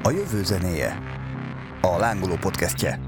A jövő zenéje. A Lángoló podcastje.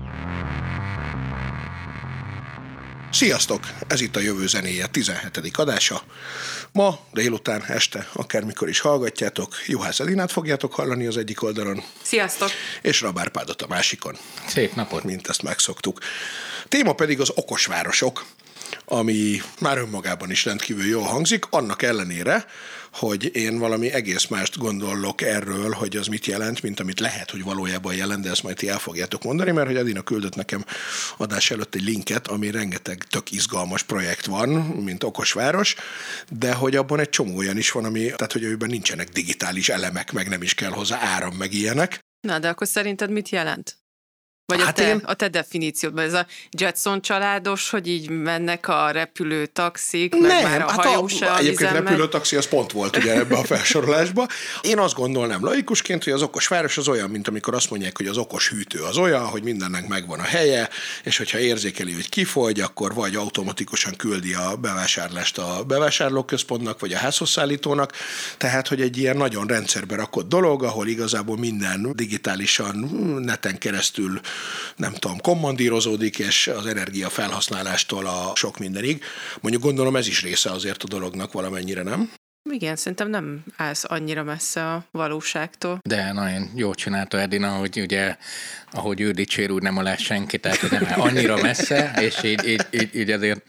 Sziasztok! Ez itt a Jövő zenéje 17. adása. Ma délután, este, akármikor is hallgatjátok, Juhász Elinát fogjátok hallani az egyik oldalon. Sziasztok! És Rabár Pádot a másikon. Szép napot! Mint ezt megszoktuk. Téma pedig az okos városok, ami már önmagában is rendkívül jól hangzik, annak ellenére, hogy én valami egész mást gondolok erről, hogy az mit jelent, mint amit lehet, hogy valójában jelent, de ezt majd ti el fogjátok mondani, mert hogy Adina küldött nekem adás előtt egy linket, ami rengeteg tök izgalmas projekt van, mint okos város, de hogy abban egy csomó olyan is van, tehát hogy őben nincsenek digitális elemek, meg nem is kell hozzá áram, meg ilyenek. Na, de akkor szerinted mit jelent? Vagy Hát a te definíciódban, ez a Jetson családos, hogy így mennek a repülőtaxik, meg már a hajó se egyébként repülőtaxi az pont volt ugye ebbe a felsorolásba. Én azt gondolnám laikusként, hogy az okos város az olyan, mint amikor azt mondják, hogy az okos hűtő az olyan, hogy mindennek megvan a helye, és hogyha érzékeli, hogy kifogy, akkor vagy automatikusan küldi a bevásárlást a bevásárlóközpontnak, vagy a házhozszállítónak. Tehát, hogy egy ilyen nagyon rendszerbe rakott dolog, ahol igazából minden digitálisan neten keresztül nem tudom, kommandírozódik, és az energia felhasználástól a sok mindenig. Mondjuk gondolom ez is része azért a dolognak valamennyire, nem? Igen, szerintem nem állsz annyira messze a valóságtól. De nagyon jól csinálta Edina, hogy ugye, ahogy ő dicsér, úgy nem alá senki, tehát nem áll annyira messze, és így azért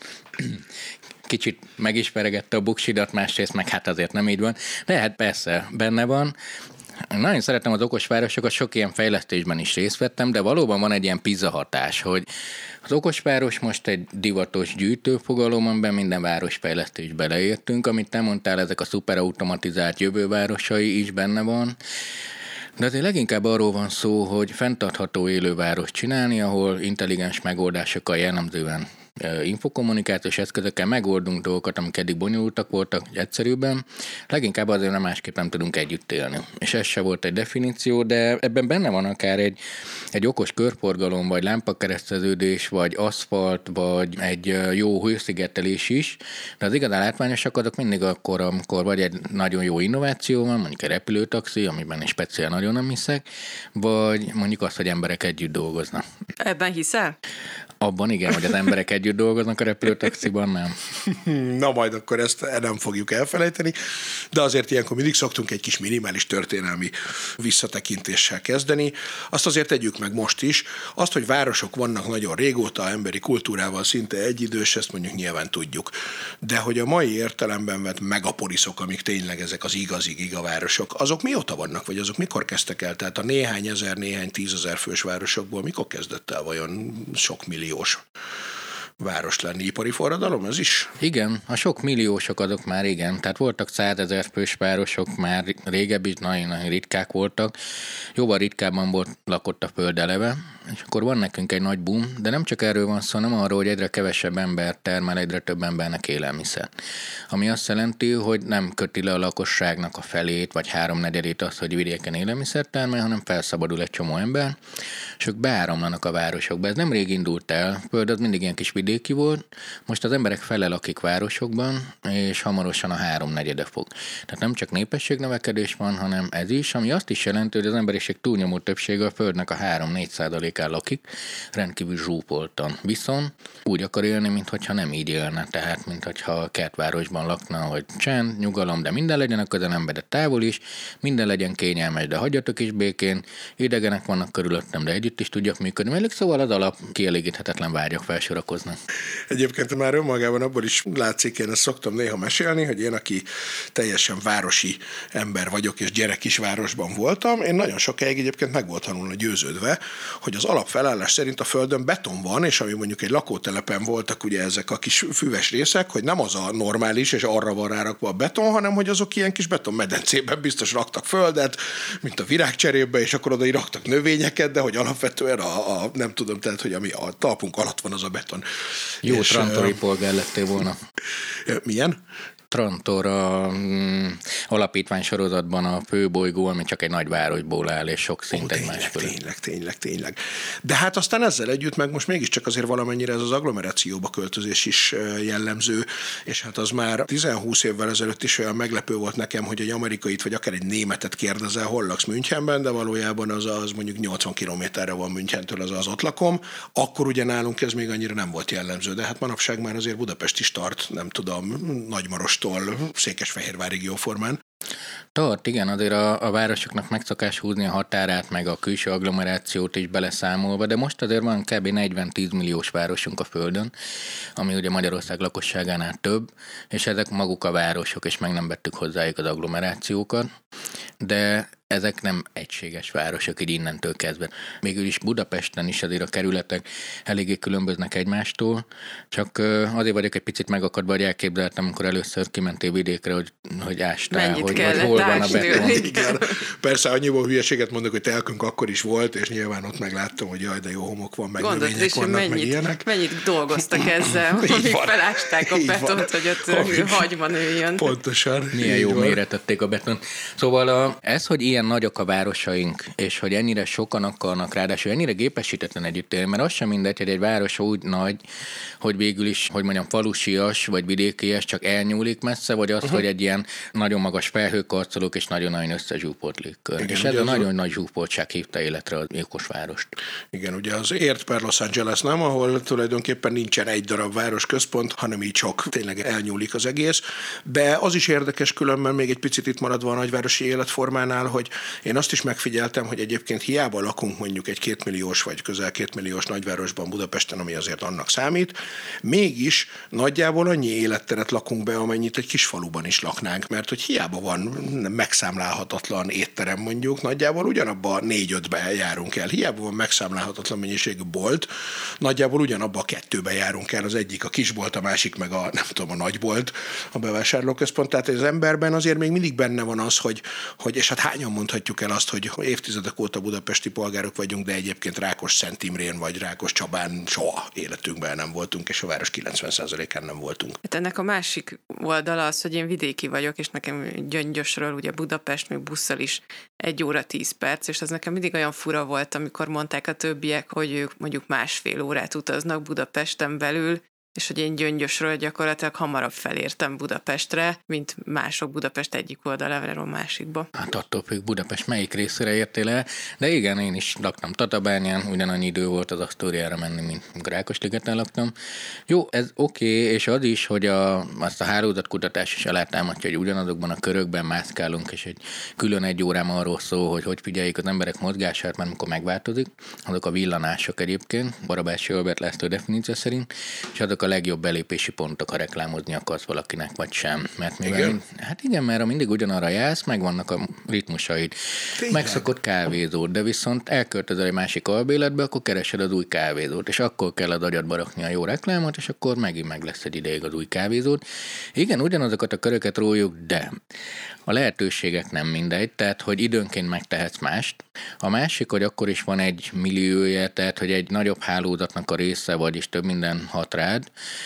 kicsit megismeregette a buksidat, másrészt meg hát azért nem így van. De hát persze, benne van. Nagyon szeretem az okosvárosokat, sok ilyen fejlesztésben is részt vettem, de valóban van egy ilyen pizza hatás, hogy az okosváros most egy divatos gyűjtőfogalom, amiben minden városfejlesztést beleértünk, amit te mondtál, ezek a szuperautomatizált jövővárosai is benne van. De azért leginkább arról van szó, hogy fenntartható élővárost csinálni, ahol intelligens megoldásokkal jellemzően infokommunikációs eszközökkel megoldunk dolgokat, amik eddig bonyolultak voltak, egyszerűbben. Leginkább azért nem másképp nem tudunk együtt élni. És ez se volt egy definíció, de ebben benne van akár egy okos körforgalom, vagy lámpakereszteződés, vagy aszfalt, vagy egy jó hőszigetelés is, de az igazán látványosak azok mindig akkor, amikor vagy egy nagyon jó innováció van, mondjuk egy repülőtaxi, amiben is speciál nagyon nem hiszek, vagy mondjuk azt, hogy emberek együtt dolgoznak. Ebben hiszel? Abban igen, hogy az emberek együtt dolgoznak a repülőtaxiban, nem? Na majd akkor ezt nem fogjuk elfelejteni, de azért ilyenkor mindig szoktunk egy kis minimális történelmi visszatekintéssel kezdeni. Azt azért tegyük meg most is. Azt, hogy városok vannak nagyon régóta, emberi kultúrával szinte egyidős, ezt mondjuk nyilván tudjuk. De hogy a mai értelemben vett megapoliszok, amik tényleg ezek az igazi gigavárosok, azok mióta vannak, vagy azok mikor kezdtek el? Tehát a néhány ezer, néhány tízezer fős városokból mikor kezdett el vajon sok milliós város lenni? Ipari forradalom, ez is? Igen, a sok milliósok azok már igen, tehát voltak 100 000 fős városok, már régebbi is nagyon ritkák voltak, jóval ritkábban volt lakott a föld eleve, és akkor van nekünk egy nagy boom, de nem csak erről van szó, hanem arról, hogy egyre kevesebb ember termel, egyre több embernek élelmiszer. Ami azt jelenti, hogy nem köti le a lakosságnak a felét, vagy 3/4 az, hogy vidéken élelmiszer termel, hanem felszabadul egy csomó ember, és ők beáramlanak a városokba. Ez nem rég indult el, föld az mindig ilyen kis vidéki volt, most az emberek fele lakik városokban, és hamarosan a 3/4 fog. Tehát nem csak népességnövekedés van, hanem ez is, ami azt is jelenti, hogy az emberiség túlnyomó többsége a földnek a 3-4% lakik, rendkívül zsúfoltan. Viszont úgy akar élni, mintha nem így élne, tehát mintha kertvárosban lakna, hogy csend, nyugalom, de minden legyen a közelembe, de távol is, minden legyen kényelmes, de hagyjatok is békén, idegenek vannak körülöttem, de együtt is tudjak működni. Mert szóval az alap kielégíthetetlen vágyak felsorakoznak. Egyébként már önmagában abból is látszik, én ezt szoktam néha mesélni, hogy én, aki teljesen városi ember vagyok, és gyerek is városban voltam, én nagyon sokáig egyébként meg volt tanulni győződve, hogy az alapfelállás szerint a földön beton van, és ami mondjuk egy lakótelepen voltak ugye ezek a kis füves részek, hogy nem az a normális, és arra van rárakva a beton, hanem hogy azok ilyen kis betonmedencében biztos raktak földet, mint a virágcserépbe, és akkor oda raktak növényeket, de hogy alapvetően nem tudom, tehát hogy ami a talpunk alatt van, az a beton. Jó trantori polgár lettél volna. Milyen? Trantor alapítvány sorozatban a főbolygó, ami csak egy nagyvárosból áll, és sok szint egymás fölött. Tényleg. De hát aztán ezzel együtt meg most mégiscsak azért valamennyire ez az agglomerációba költözés is jellemző, és hát az már 10-20 évvel ezelőtt is olyan meglepő volt nekem, hogy egy amerikait vagy akár egy németet kérdezel, hol laksz Münchenben, de valójában az mondjuk 80 kilométerre van Münchentől az ott lakom. Akkor ugye nálunk ez még annyira nem volt jellemző, de hát manapság már azért Budapest is tart, nem tudom, Nagymarostól Székesfehérvárig jóformán. Tart, igen, azért a városoknak megszokás húzni a határát, meg a külső agglomerációt is beleszámolva, de most azért van kb. 40-10 milliós városunk a Földön, ami ugye Magyarország lakosságánál több, és ezek maguk a városok, és meg nem vettük hozzájuk az agglomerációkat, de ezek nem egységes városok, így innentől kezdve. Mégis is Budapesten is azért a kerületek eléggé különböznek egymástól, csak azért vagyok egy picit megakadva, hogy elképzeltem, amikor először kimentél vidékre, hogy ástál, hogy hol van a beton. Igen. Persze annyiból hülyeséget mondok, hogy telkünk akkor is volt, és nyilván ott megláttam, hogy jaj, de jó homok van, meg növények vannak, meg ilyenek. Mennyit dolgoztak ezzel, amíg felásták a betont, hogy ott hagyma nőjön. Pontosan. Milyen jó méretették a betont. Szóval ez, hogy ilyen nagyok a városaink, és hogy ennyire sokan akarnak, ráadásul ennyire gépesítetlen együtt élni, mert az sem mindegy, hogy egy város úgy nagy, hogy végül is, hogy mondjam, falusias vagy vidékies, csak elnyúlik messze, vagy az, hogy egy ilyen nagyon magas felhőkarcolók és nagyon-nagyon összezsúfolt légkör. Igen, és ez a nagyon nagy zsúfoltság hívta életre az okosvárost. Igen, ugye az ért per Los Angeles nem, ahol tulajdonképpen nincsen egy darab városközpont, hanem így csak tényleg elnyúlik az egész. De az is érdekes különben még egy picit itt maradva a nagyvárosi életformánál, hogy én azt is megfigyeltem, hogy egyébként hiába lakunk mondjuk egy 2 milliós vagy közel 2 milliós nagyvárosban, Budapesten, ami azért annak számít, mégis nagyjából annyi életteret lakunk be, amennyit egy kis faluban is laknánk, mert hogy hiába van megszámlálhatatlan étterem mondjuk, nagyjából ugyanabba 4-5-be járunk el. Hiába van megszámlálhatatlan mennyiségű bolt, nagyjából ugyanabba a 2-be járunk el, az egyik a kisbolt, a másik meg a, nem tudom, a nagybolt, a bevásárlóközpont. Tehát az emberben azért még mindig benne van az, hogy és hát hányan mondhatjuk el azt, hogy évtizedek óta budapesti polgárok vagyunk, de egyébként Rákos-Szent Imrén vagy Rákoscsabán soha életünkben nem voltunk, és a város 90%-án nem voltunk. Hát ennek a másik oldala az, hogy én vidéki vagyok, és nekem Gyöngyösről ugye Budapest még busszal is 1 óra 10 perc, és az nekem mindig olyan fura volt, amikor mondták a többiek, hogy ők mondjuk 1,5 órát utaznak Budapesten belül, és hogy én Gyöngyösről gyakorlatilag hamarabb felértem Budapestre, mint mások Budapest egyik oldaláról a másikba. Hát attól függ, Budapest melyik részére értél el, de igen, én is laktam Tatabányán, ugyanannyi idő volt az Asztóriára menni, mint Rákosligeten laktam. Jó, ez oké, és az is, hogy azt a hálózatkutatás is alátámadja, hogy ugyanazokban a körökben mászkálunk, és egy külön 1 órám arról szól, hogy figyeljük az emberek mozgását, mert amikor megváltozik, azok a villanások egyébként, Barabási Albert László definíció szerint, és azok a legjobb belépési pontok, ha reklámozni akarsz valakinek, vagy sem. Mert mivel hát igen, mert mindig ugyanarra jársz, megvannak a ritmusaid. Megszokott kávézót, de viszont elköltözel egy másik albéletbe, akkor keresed az új kávézót, és akkor kell az agyadba rakni a jó reklámot, és akkor megint meg lesz egy ideig az új kávézót. Igen, ugyanazokat a köröket rójuk, de a lehetőségek nem mindegy, tehát hogy időnként megtehetsz mást. A másik, hogy akkor is van egy milliója, tehát hogy egy nagyobb hálózatnak a része, vagyis több minden hat rád,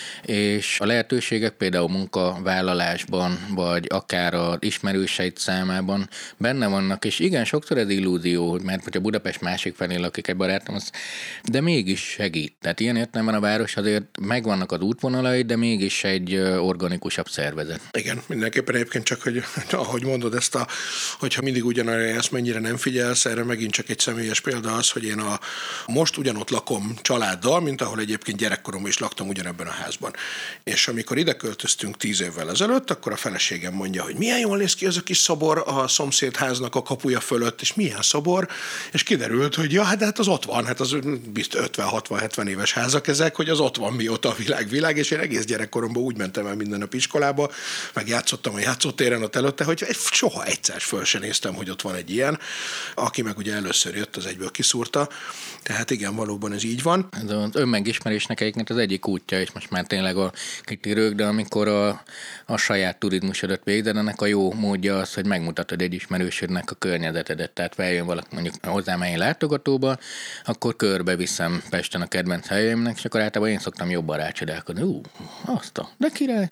és a lehetőségek például munkavállalásban, vagy akár az ismerőseid számában benne vannak, és igen, sokszor ez illúzió, mert hogyha Budapest másik felé lakik egy barátom, de mégis segít. Tehát ilyen értelemben a város azért megvannak az útvonalai, de mégis egy organikusabb szervezet. Igen, mindenképpen egyébként csak, hogy ahogy mondod ezt, hogyha mindig ugyanarra jársz, mennyire nem figyelsz, erre megint csak egy személyes példa az, hogy én most ugyanott lakom családdal, mint ahol egyébként gyerekkoromban is laktam ugyanebben a házban. És amikor ide költöztünk 10 évvel ezelőtt, akkor a feleségem mondja, hogy milyen jól néz ki az a kis szobor a szomszédháznak a kapuja fölött, és milyen szobor, és kiderült, hogy ja, hát az ott van, hát az 50-60-70 éves házak ezek, hogy az ott van mióta a világ, és én egész gyerekkoromban úgy mentem el minden nap iskolába, meg játszottam a játszótéren ott előtte, hogy soha egyszer föl sem néztem, hogy ott van egy ilyen. Aki meg ugye először jött, az egyből kiszúrta, tehát igen, valóban ez így van. Ez az önmegismerésnek egyébként az egyik útja, és most már tényleg a kitérők, de amikor a saját turizmusodat végzed, ennek a jó módja az, hogy megmutatod egy ismerősödnek a környezetedet, tehát feljön valaki mondjuk hozzám egy látogatóba, akkor körbeviszem Pesten a kedvenc helyeimnek, és akkor általában én szoktam jobban rácsodálkodni. De király.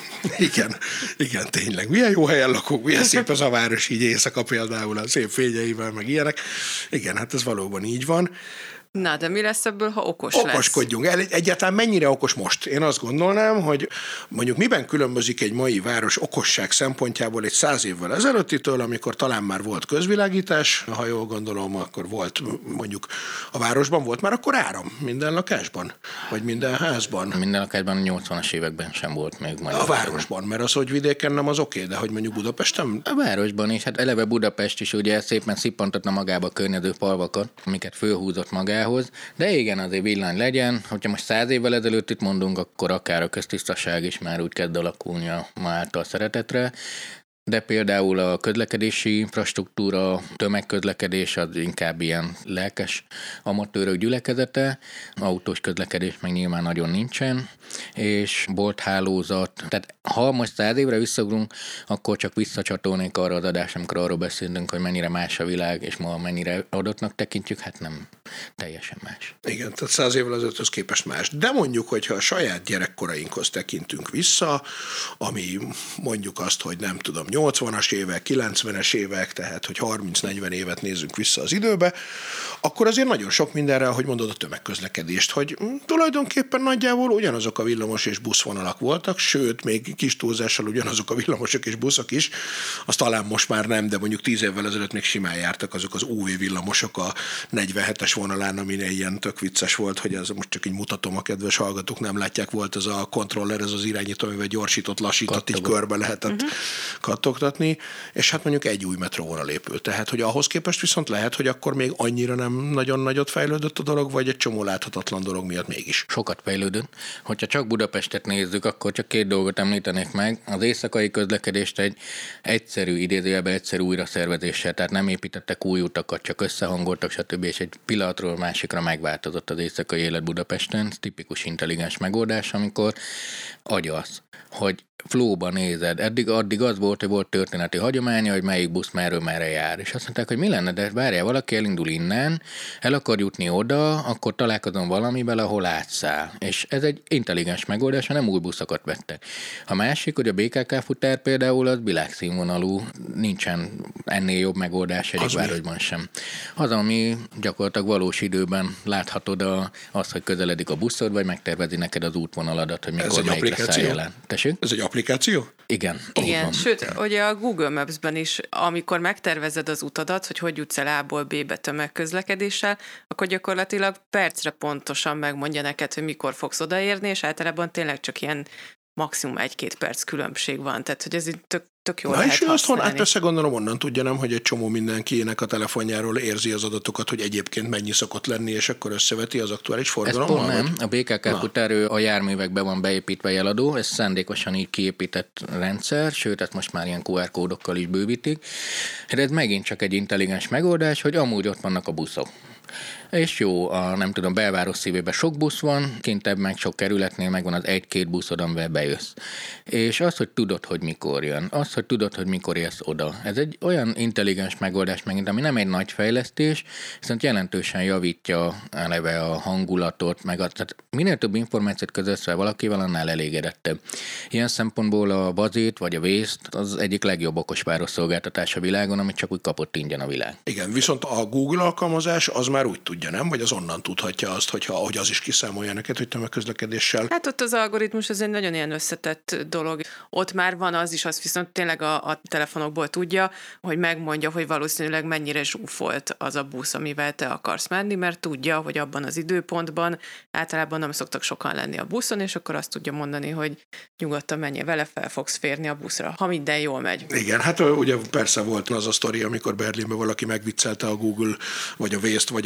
Igen, tényleg. Milyen jó helyen lakunk, milyen szép az a város, így éjszaka például a szép fényeivel, meg ilyenek. Igen, hát ez valóban így van. Na, de mi lesz ebből, ha Okoskodjunk. Egyáltalán mennyire okos most? Én azt gondolnám, hogy mondjuk miben különbözik egy mai város okosság szempontjából egy 100 évvel ezelőttitől, amikor talán már volt közvilágítás, ha jól gondolom, akkor volt mondjuk a városban, volt már akkor áram minden lakásban? Vagy minden házban? Minden lakásban a 80-as években sem volt még. A városban, mert az, hogy vidéken nem, az oké, de hogy mondjuk Budapesten? A városban is, hát eleve Budapest is ugye szépen szippantatna magába a környező falvakat, amiket fölhúzott magához, de igen, azért villany legyen. Hogyha most 100 évvel ezelőtt itt mondunk, akkor akár a köztisztaság is már úgy kezd alakulni a ma által szeretetre. De például a közlekedési infrastruktúra, tömegközlekedés az inkább ilyen lelkes amatőrök gyülekezete, autós közlekedés meg nyilván nagyon nincsen, és bolthálózat. Tehát ha most 100 évre visszaugrunk, akkor csak visszacsatolnék arra az adás, amikor arról beszélünk, hogy mennyire más a világ, és ma mennyire adottnak tekintjük, hát nem teljesen más. Igen, tehát 100 évvel ezelőtthöz képest más. De mondjuk, hogyha a saját gyerekkorainkhoz tekintünk vissza, ami mondjuk azt, hogy nem tudom, 80-as évek, 90-es évek, tehát hogy 30-40 évet nézzünk vissza az időbe, akkor azért nagyon sok mindenre, ahogy mondod, a tömegközlekedést, hogy tulajdonképpen nagyjából ugyanazok a villamos és buszvonalak voltak, sőt, még kis túlzással ugyanazok a villamosok és buszok is, azt talán most már nem, de mondjuk 10 évvel ezelőtt még simán jártak azok az UV villamosok a 47-es vonalán, ami ilyen tök vicces volt, hogy ez most csak így mutatom, a kedves hallgatók nem látják, volt ez a kontroller, ez az irányító, amivel gyorsított, lassított, így körbe lehetett kattogtatni, és hát mondjuk egy új metróvonal épült. Tehát, hogy ahhoz képest viszont lehet, hogy akkor még annyira nem nagyon nagyot fejlődött a dolog, vagy egy csomó láthatatlan dolog miatt mégis. Sokat fejlődött. Hogyha csak Budapestet nézzük, akkor csak 2 dolgot említenék meg. Az éjszakai közlekedést egy egyszerű, idézőjelben egyszerű újraszervezéssel, tehát nem építettek új utakat, csak összehangoltak, stb. És egy pillanatról másikra megváltozott az éjszakai élet Budapesten. Ez tipikus intelligens megoldás, amikor agyalsz, hogy flóban nézed. Addig az volt, hogy volt történeti hagyománya, hogy melyik busz merre jár. És azt mondták, hogy mi lenne, de várjál, valaki elindul innen, el akar jutni oda, akkor találkozom valamivel, ahol átszáll. És ez egy intelligens megoldás, ha nem új buszokat vettek. A másik, hogy a BKK futár például az világszínvonalú, nincsen ennél jobb megoldás egyik városban sem. Az, ami gyakorlatilag valós időben láthatod az, hogy közeledik a buszod, vagy megtervezi neked az útvonaladat, hogy mikor melyikre szállj el. Ez egy applikáció? Igen. Sőt, ugye a Google Maps-ben is, amikor megtervezed az utadat, hogy jutsz el A-ból B-be tömegközlekedéssel, akkor gyakorlatilag percre pontosan megmondja neked, hogy mikor fogsz odaérni, és általában tényleg csak ilyen maximum 1-2 perc különbség van. Tehát, hogy ez itt tök jól lehet használni. És azt hát persze gondolom onnan tudja, nem, hogy egy csomó mindenkinek a telefonjáról érzi az adatokat, hogy egyébként mennyi szokott lenni, és akkor összeveti az aktuális forgalommal. Ez pont nem. A BKK futárő a járművekben van beépítve jeladó, ez szándékosan így kiépített rendszer, sőt, ezt most már ilyen QR kódokkal is bővítik. De ez megint csak egy intelligens megoldás, hogy amúgy ott vannak a buszok. És jó, nem tudom, belváros szívében sok busz van, kintebb meg sok kerületnél megvan az 1-2 buszod, amivel bejössz. És az, hogy tudod, hogy mikor jön, az, hogy tudod, hogy mikor érsz oda. Ez egy olyan intelligens megoldás megint, ami nem egy nagy fejlesztés, viszont jelentősen javítja eleve a hangulatot, tehát minél több információt közössz fel valakivel, annál elégedettebb. Ilyen szempontból a Vazét vagy a Waze-t az egyik legjobb okosváros szolgáltatás a világon, amit csak úgy kapott ingyen a világ. Igen, viszont a Google alkalmazás az már úgy tudja, nem? Vagy az onnan tudhatja azt, hogy az is kiszámolja neked, hogy tömegközlekedéssel. Hát ott az algoritmus az egy nagyon ilyen összetett dolog. Ott már van az is, azt viszont tényleg a telefonokból tudja, hogy megmondja, hogy valószínűleg mennyire zsúfolt az a busz, amivel te akarsz menni, mert tudja, hogy abban az időpontban általában nem szoktak sokan lenni a buszon, és akkor azt tudja mondani, hogy nyugodtan menjél vele, fel fogsz férni a buszra, ha minden jól megy. Igen, hát ugye persze volt az a sztori, amikor Berlinben valaki megviccelte a Google, vagy a Waze-t, vagy a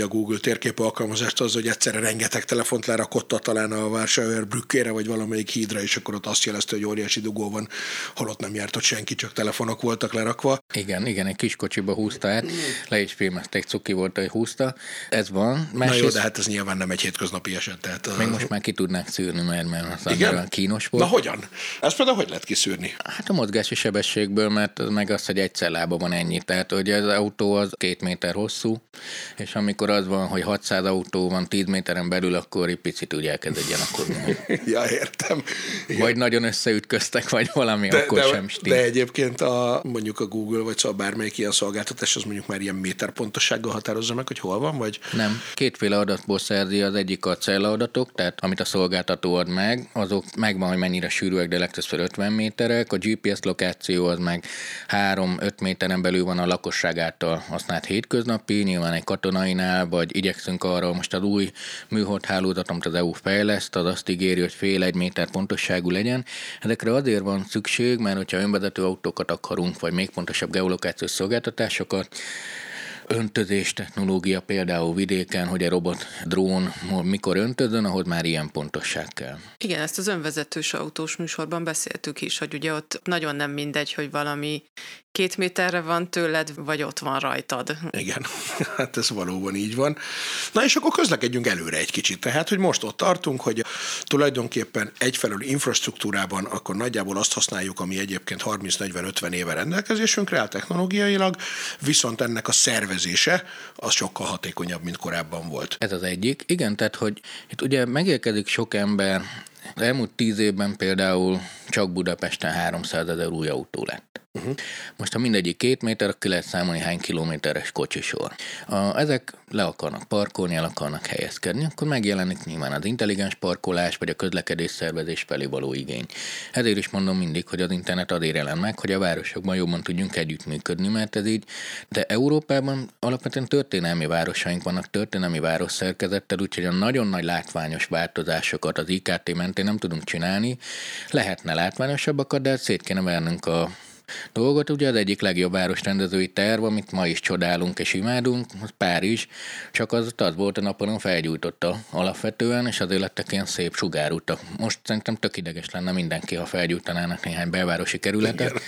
a Google térkép alkalmazást az, hogy egyszerre rengeteg telefont lerakotta talán a Warschauer Brückére, vagy valamelyik hídra, és akkor ott azt jelezte, hogy óriási dugó van, holott nem járt ott senki, csak telefonok voltak lerakva. Igen, egy kis kocsiba húzta át, le is filmezték, cuki volt, hogy húzta. Ez van. Na jó, de hát ez nyilván nem egy hétköznapi eset. Tehát még most már ki tudnák szűrni, mert az annyira kínos volt. Na hogyan? Ezt például hogy lehet kiszűrni? Hát a mozgási sebességből, mert meg az, hogy egyszer lába van ennyi. Tehát, hogy az autó az 2 méter hosszú, és amikor az van, hogy 600 autó van 10 méteren belül, akkor egy picit úgy elkezd gyanakodni. Ja, értem. Igen. Vagy nagyon összeütköztek, vagy valami, akkor sem stimmel. De egyébként mondjuk a Google, vagy szóval bármelyik ilyen szolgáltatás, az mondjuk már ilyen méterpontossággal határozza meg, hogy hol van, vagy? Nem. Kétféle adatból szerzi, az egyik a cellaadatok, tehát amit a szolgáltató ad meg, azok megvan, hogy mennyire sűrűek, de legtöbbször 50 méterek, a GPS lokáció az meg 3-5 méteren belül van a lakosság által használt hétköznapi, nyilván egy katonainál, vagy igyekszünk arra, most az új műholdhálózat, amit az EU fejleszt, az azt ígéri, hogy 0,5-1 méter pontosságú legyen. Ezekre azért van szükség, mert hogyha önvezető autókat akarunk, vagy még pontosabb geolokációs szolgáltatásokat, öntözés technológia például vidéken, hogy a robot drón mikor öntözön, ahhoz már ilyen pontosság kell. Igen, ezt az önvezetős autós műsorban beszéltük is, hogy ugye ott nagyon nem mindegy, hogy valami 2 méterre van tőled, vagy ott van rajtad. Igen, hát ez valóban így van. Na és akkor közlekedjünk előre egy kicsit. Tehát, hogy most ott tartunk, hogy tulajdonképpen egyfelől infrastruktúrában akkor nagyjából azt használjuk, ami egyébként 30-40-50 éve rendelkezésünkre áll technológiailag, viszont ennek a szervezése az sokkal hatékonyabb, mint korábban volt. Ez az egyik. Igen, tehát, hogy itt ugye megérkezik sok ember, az elmúlt 10 évben például csak Budapesten 300 000 új autó lett. Most, ha mindegyik 2 méter, akkor ki lehet számolni, hány kilométeres kocsisor. Ezek le akarnak parkolni, el akarnak helyezkedni, akkor megjelenik nyilván az intelligens parkolás, vagy a közlekedés szervezés felé való igény. Ezért is mondom mindig, hogy az internet azért jelen meg, hogy a városokban jobban tudjunk együttműködni, mert ez így, de Európában alapvetően történelmi városaink vannak, történelmi városszerkezettel, úgyhogy a nagyon nagy látványos változásokat az IKT mentén nem tudunk csinálni. Lehetne látványosabbakat, de szét kéne vernünk a dolgot. Ugye az egyik legjobb városrendezői terv, amit ma is csodálunk és imádunk, az Párizs, csak az volt a napon felgyújtotta alapvetően, és azért lettek ilyen szép sugárutak. Most szerintem tök ideges lenne mindenki, ha felgyújtanának néhány belvárosi kerületet.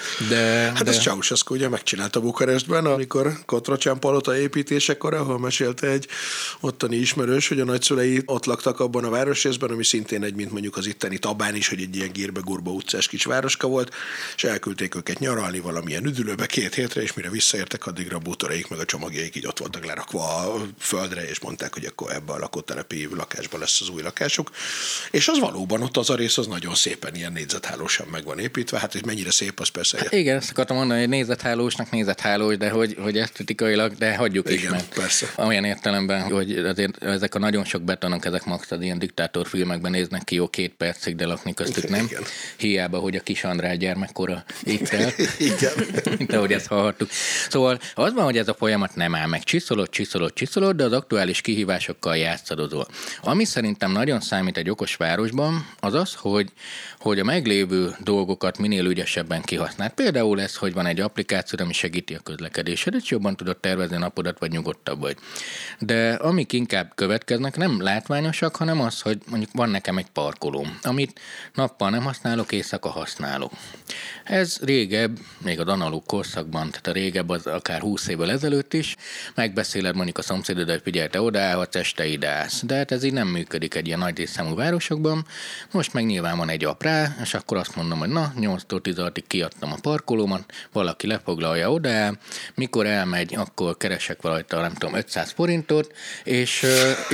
Hát ez Ceausescu ugye megcsinálta Bukarestben, amikor Cotrocán palota építésekor, ahol mesélte egy ottani ismerős, hogy a nagyszülei ott laktak abban a városrészben, ami szintén egy, mint mondjuk az itteni Tabán is, hogy egy ilyen gírbe-gurba utcás kis városka volt, és elküldték őket nyaralni valamilyen üdülőbe 2 hétre, és mire visszaértek, addigra a bútoraik meg a csomagjaik így ott voltak lerakva a földre, és mondták, hogy akkor ebbe a lakótelepi lakásban lesz az új lakásuk. És az valóban ott az a rész az nagyon szépen ilyen négyzethálósan meg van építve. Hát, hogy mennyire szép, az persze. Hát igen, ezt akartam mondani, hogy négyzethálósnak négyzethálós, de hogy esztetikailag, de hagyjuk is, mert persze. Olyan értelemben, hogy azért ezek a nagyon sok betonok, ezek max az ilyen diktátorfilmekben néznek ki, jó 2 percig, de lakni köztük nem. Igen. Hiába, hogy a Kis András gyermekkora itt el. Igen. Mint ahogy ezt hallhattuk. Szóval az van, hogy ez a folyamat nem áll meg. Csiszolod, de az aktuális kihívásokkal játszadozol. Ami szerintem nagyon számít egy okos városban, az az, hogy a meglévő dolgokat minél ügyesebben kihasznál. Például ez, hogy van egy applikáció, ami segíti a közlekedésedet, és jobban tudod tervezni a napodat, vagy nyugodtabb vagy. De amik inkább következnek, nem látványosak, hanem az, hogy mondjuk van nekem egy parkolóm, amit nappal nem használok, éjszaka használok. Ez régebb, még az analóg korszakban, tehát a régebb az akár 20 évvel ezelőtt is, megbeszéled mondjuk a szomszédod, hogy figyelj, te odaállhatsz, este ide állsz. De hát ez így nem működik egy ilyen nagy részszámú városokban. Most meg nyilván van egy app rá, és akkor azt mondom, hogy na, 8-tól 16-ig kiadtam a parkolómat, valaki lefoglalja, odaáll, mikor elmegy, akkor keresek rajta, nem tudom, 500 forintot, és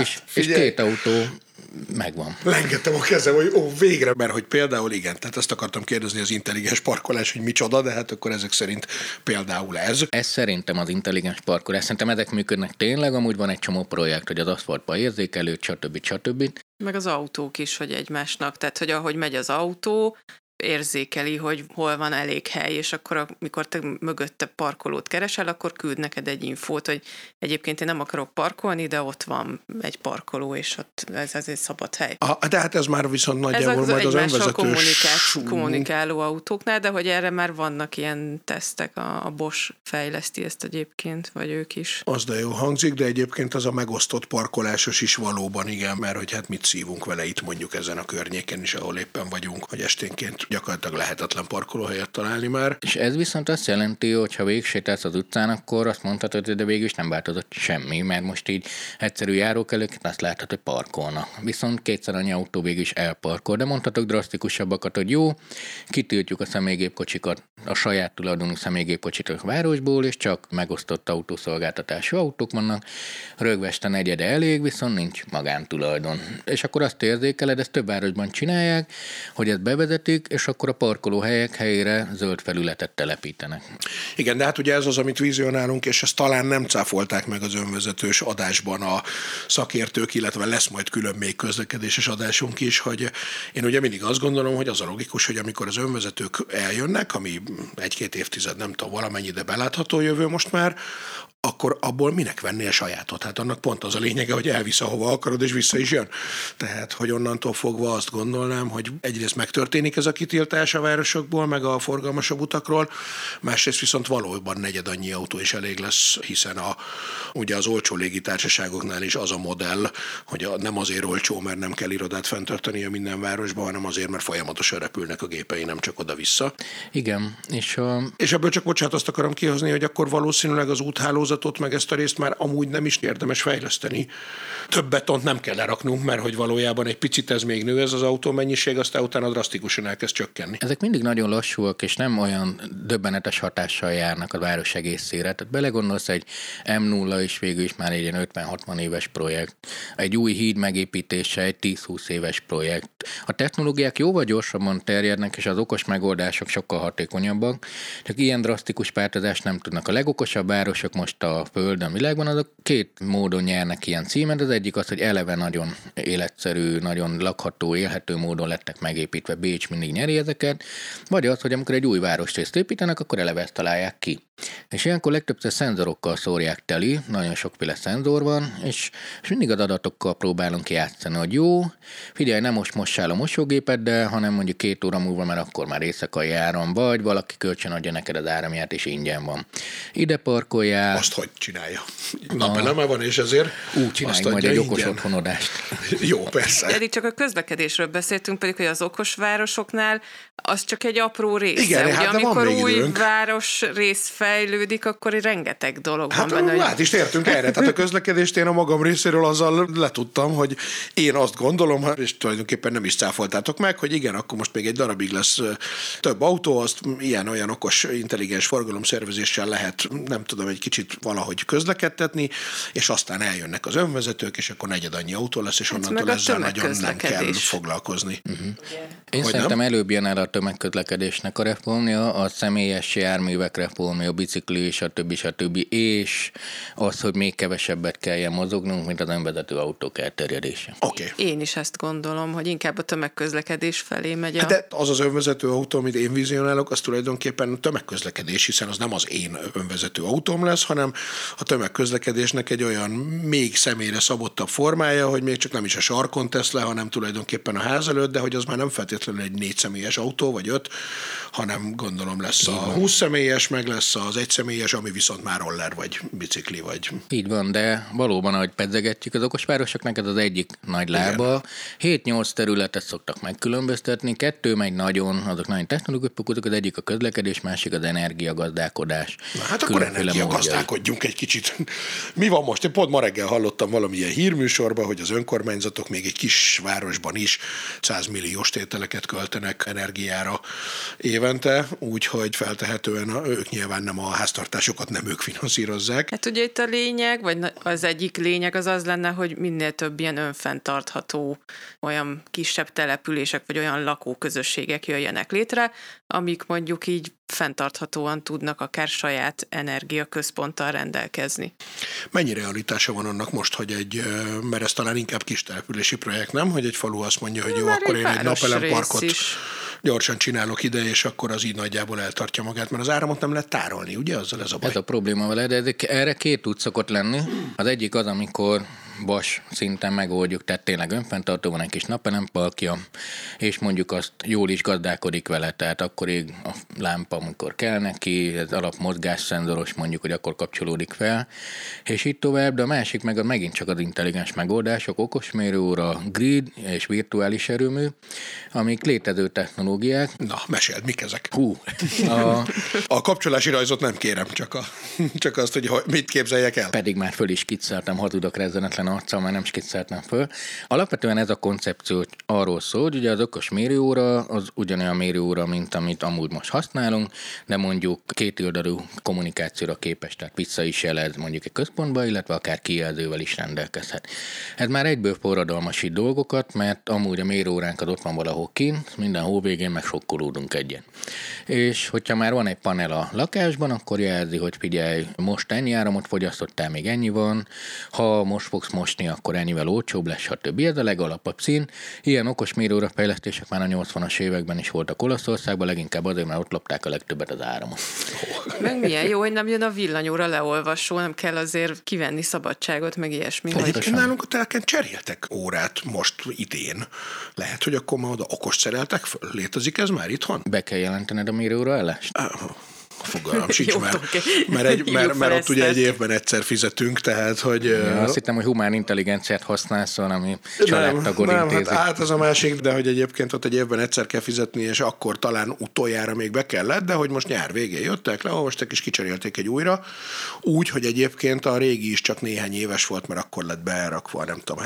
2 autó megvan. Lengettem a kezem, hogy végre, mert hogy például igen, tehát ezt akartam kérdezni az intelligens parkolás, hogy micsoda, de hát akkor ezek szerint például ez. Ez szerintem az intelligens parkolás. Szerintem ezek működnek tényleg, amúgy van egy csomó projekt, hogy az aszfaltba érzékelő, stb. Meg az autók is, hogy egymásnak, tehát hogy ahogy megy az autó, érzékeli, hogy hol van elég hely, és akkor amikor te mögötte parkolót keresel, akkor küld neked egy infót, hogy egyébként én nem akarok parkolni, de ott van egy parkoló, és ott ez egy szabad hely. De hát ez már viszont nagyjából majd az önvezetős... kommunikáló autóknál, de hogy erre már vannak ilyen tesztek, a Bosch fejleszti ezt egyébként, vagy ők is. Az de jó hangzik, de egyébként az a megosztott parkolásos is valóban igen, mert hogy hát mit szívunk vele itt mondjuk ezen a környéken is, ahol éppen vagyunk, hogy esténként gyakorlatilag lehetetlen parkolóhelyet találni már. És ez viszont azt jelenti, hogy ha végigsétálsz az utcán, akkor azt mondhatod, hogy de végül is nem változott semmi, mert most így egyszerű járókelőket azt láthatod, hogy parkolnak. Viszont kétszer annyi autó végül is elparkol, de mondhatok drasztikusabbakat, hogy jó, kitiltjuk a személygépkocsikat, a saját tulajdonú személygépkocsikat a városból, és csak megosztott autószolgáltatású autók vannak, rögvest a negyede elég, viszont nincs magántulajdon. És akkor azt érzékeled, ezt több városban csinálják, hogy ezt bevezetik, és akkor a parkolóhelyek helyére zöld felületet telepítenek. Igen, de hát ugye ez az, amit vizionálunk, és ezt talán nem cáfolták meg az önvezetős adásban a szakértők, illetve lesz majd külön még közlekedéses adásunk is, hogy én ugye mindig azt gondolom, hogy az a logikus, hogy amikor az önvezetők eljönnek, ami 1-2 évtized, nem tudom, valamennyi, de belátható jövő most már, akkor abból minek venni a sajátot? Hát annak pont az a lényege, hogy elvisz, ahova akarod, és vissza is jön. Tehát, hogy onnantól fogva azt gondolnám, hogy egyrészt megtörténik ez a kitiltás a városokból, meg a forgalmasabb utakról, másrészt viszont valóban negyed annyi autó is elég lesz, hiszen ugye az olcsó légitársaságoknál is az a modell, hogy nem azért olcsó, mert nem kell irodát fenntartania minden városban, hanem azért, mert folyamatosan repülnek a gépei, nem csak oda-vissza. Igen, és ebből csak bocsánat, azt akarom kihozni, hogy akkor valószínűleg az úthálózatot, meg ezt a részt már amúgy nem is érdemes fejleszteni. Több betont nem kell leraknunk, mert hogy valójában egy picit ez még nő, ez az autómennyiség, aztán utána drasztikusan elkezd csökkenni. Ezek mindig nagyon lassúak, és nem olyan döbbenetes hatással járnak a város egészére. Tehát belegondolsz, egy M0 is végül is már egy ilyen 50-60 éves projekt. Egy új híd megépítése egy 10-20 éves projekt. A technológiák jóval gyorsabban terjednek, és az okos megoldások sokkal hatékonyabbak, csak ilyen drasztikus változást nem tudnak. A legokosabb városok most a Földön, világban, azok két módon nyernek ilyen címet. Az egyik az, hogy eleve nagyon életszerű, nagyon lakható, élhető módon lettek megépítve, Bécs mindig nyeri ezeket, vagy az, hogy amikor egy új városrészt építenek, akkor eleve ezt találják ki. És ilyenkor legtöbbször szenzorokkal szórják teli, nagyon sokféle szenzor van, és mindig az adatokkal próbálunk játszani, hogy jó, figyelj, nem most mossál a mosógéped, de hanem mondjuk 2 óra múlva, mert akkor már éjszakai áram vagy, valaki kölcsön adja neked az áramját, és ingyen van. Ide parkoljál. Azt hogy csinálja? Napeleme van, és ezért csináljuk majd egy okos otthonodást. Jó, persze. Eddig csak a közlekedésről beszéltünk, pedig hogy az okos városoknál az csak egy apró része. Igen, ugye, hát amikor új városrész fejlődik, akkor rengeteg dolog van benne. Hát is tértünk erre. Tehát a közlekedést én a magam részéről azzal letudtam, hogy én azt gondolom, és tulajdonképpen nem is cáfoltátok meg, hogy igen, akkor most még egy darabig lesz több autó, azt ilyen-olyan okos, intelligens forgalomszervezéssel lehet, nem tudom, egy kicsit valahogy közlekedtetni, és aztán eljönnek az önvezetők, és akkor negyed annyi autó lesz, és onnantól ezzel nagyon nem kell foglalkozni. Én szerintem előbb jön el a tömegközlekedésnek a reformja, a személyes járművek reformja, a bicikli, stb. És az, hogy még kevesebbet kelljen mozognunk, mint az önvezető autók elterjedése. Okay. Én is ezt gondolom, hogy inkább a tömegközlekedés felé megy a... De az önvezető autó, amit én vizionálok, az tulajdonképpen tömegközlekedés, hiszen az nem az én önvezető autóm lesz, hanem a tömegközlekedésnek egy olyan még személyre szabottabb formája, hogy még csak nem is a sarkon tesz le, hanem tulajdonképpen a ház előtt, de hogy az már nem feltétlenül egy 4 személyes autó, vagy 5, hanem gondolom lesz a 20 személyes, meg lesz az 1 személyes, ami viszont már roller, vagy bicikli, vagy... Így van, de valóban, ahogy pedzegetjük, az okosvárosoknak ez az egyik nagy lába. 7-8 területet szoktak megkülönböztetni, 2 megy nagyon, azok nagyon technológiai, az egyik a közlekedés, másik az energiagazdálkodás. Na hát akkor energiagazdálkodjunk egy kicsit. Mi van most? Én pont ma reggel hallottam valamilyen hírműsorban, hogy az önkormányzatok még egy kis városban is 100 milliós tételeket költenek energiára évente, úgyhogy feltehetően ők nyilván nem a háztartásokat nem ők finanszírozzák. Hát ugye itt a lényeg, vagy az egyik lényeg az lenne, hogy minél több ilyen önfenntartható olyan kisebb települések, vagy olyan lakóközösségek jöjjenek létre, amik mondjuk így fenntarthatóan tudnak akár saját energiaközponttal rendelkezni. Mennyi realitása van annak most, hogy mert ez talán inkább kis települési projekt, nem? Hogy egy falu azt mondja, hogy jó, akkor én egy napelemparkot gyorsan csinálok ide, és akkor az így nagyjából eltartja magát, mert az áramot nem lehet tárolni, ugye? Azzal ez a baj. Ez a probléma vele, de erre két út szokott lenni. Az egyik az, amikor vas szinten megoldjuk, tehát tényleg önfenntartó, van egy kis napelemparkja, és mondjuk azt jól is gazdálkodik vele, tehát akkor ég a lámpa, amikor kell neki, ez alapmozgásszenzoros, mondjuk, hogy akkor kapcsolódik fel, és így tovább, de a másik meg megint csak az intelligens megoldások, okosmérőóra, grid és virtuális erőmű, amik létező technológiák. Na, meséld, mik ezek? A kapcsolási rajzot nem kérem, csak azt, hogy mit képzeljek el. Pedig már föl is skicceltem, hazudok rezzenetlen arccal, már nem skicceltem föl. Alapvetően ez a koncepció arról szól, hogy ugye az okos mérőóra az ugyanolyan mérőóra, mint amit amúgy most használunk, de mondjuk kétoldalú kommunikációra képes, tehát vissza is jelez mondjuk egy központba, illetve akár kijelzővel is rendelkezhet. Ez már egyből forradalmasít dolgokat, mert amúgy a mérőóránk az ott van valahol kint, minden hó végén meg sokkolódunk egyet. És hogyha már van egy panel a lakásban, akkor jelzi, hogy figyelj, most ennyi áramot fogyasztottál, még ennyi van, ha most fogsz mosni, akkor ennyivel olcsóbb lesz, stb. Ez a legalapabb szín. Ilyen okos mérőóra fejlesztések már a 80-as években is voltak Olaszországban, leginkább azért, mert ott lopták a legtöbbet az áramot. Meg milyen jó, hogy nem jön a villanyóra leolvasó, nem kell azért kivenni szabadságot, meg ilyesmi. Nálunk a telken cseréltek órát most idén. Lehet, hogy akkor ma oda okos szereltek föl? Létezik ez már itthon? Be kell jelentened a mérőóra állást? Fogalmam sincs, mert ott ugye egy évben egyszer fizetünk, tehát, hogy... Ja, azt hittem, hogy humán intelligenciát használsz, ami családtagod intézik. Hát az a másik, de hogy egyébként ott egy évben egyszer kell fizetni, és akkor talán utoljára még be kellett, de hogy most nyár végén jöttek, leolvastak és kicserélték egy újra, úgy, hogy egyébként a régi is csak néhány éves volt, mert akkor lett berakva, nem tudom,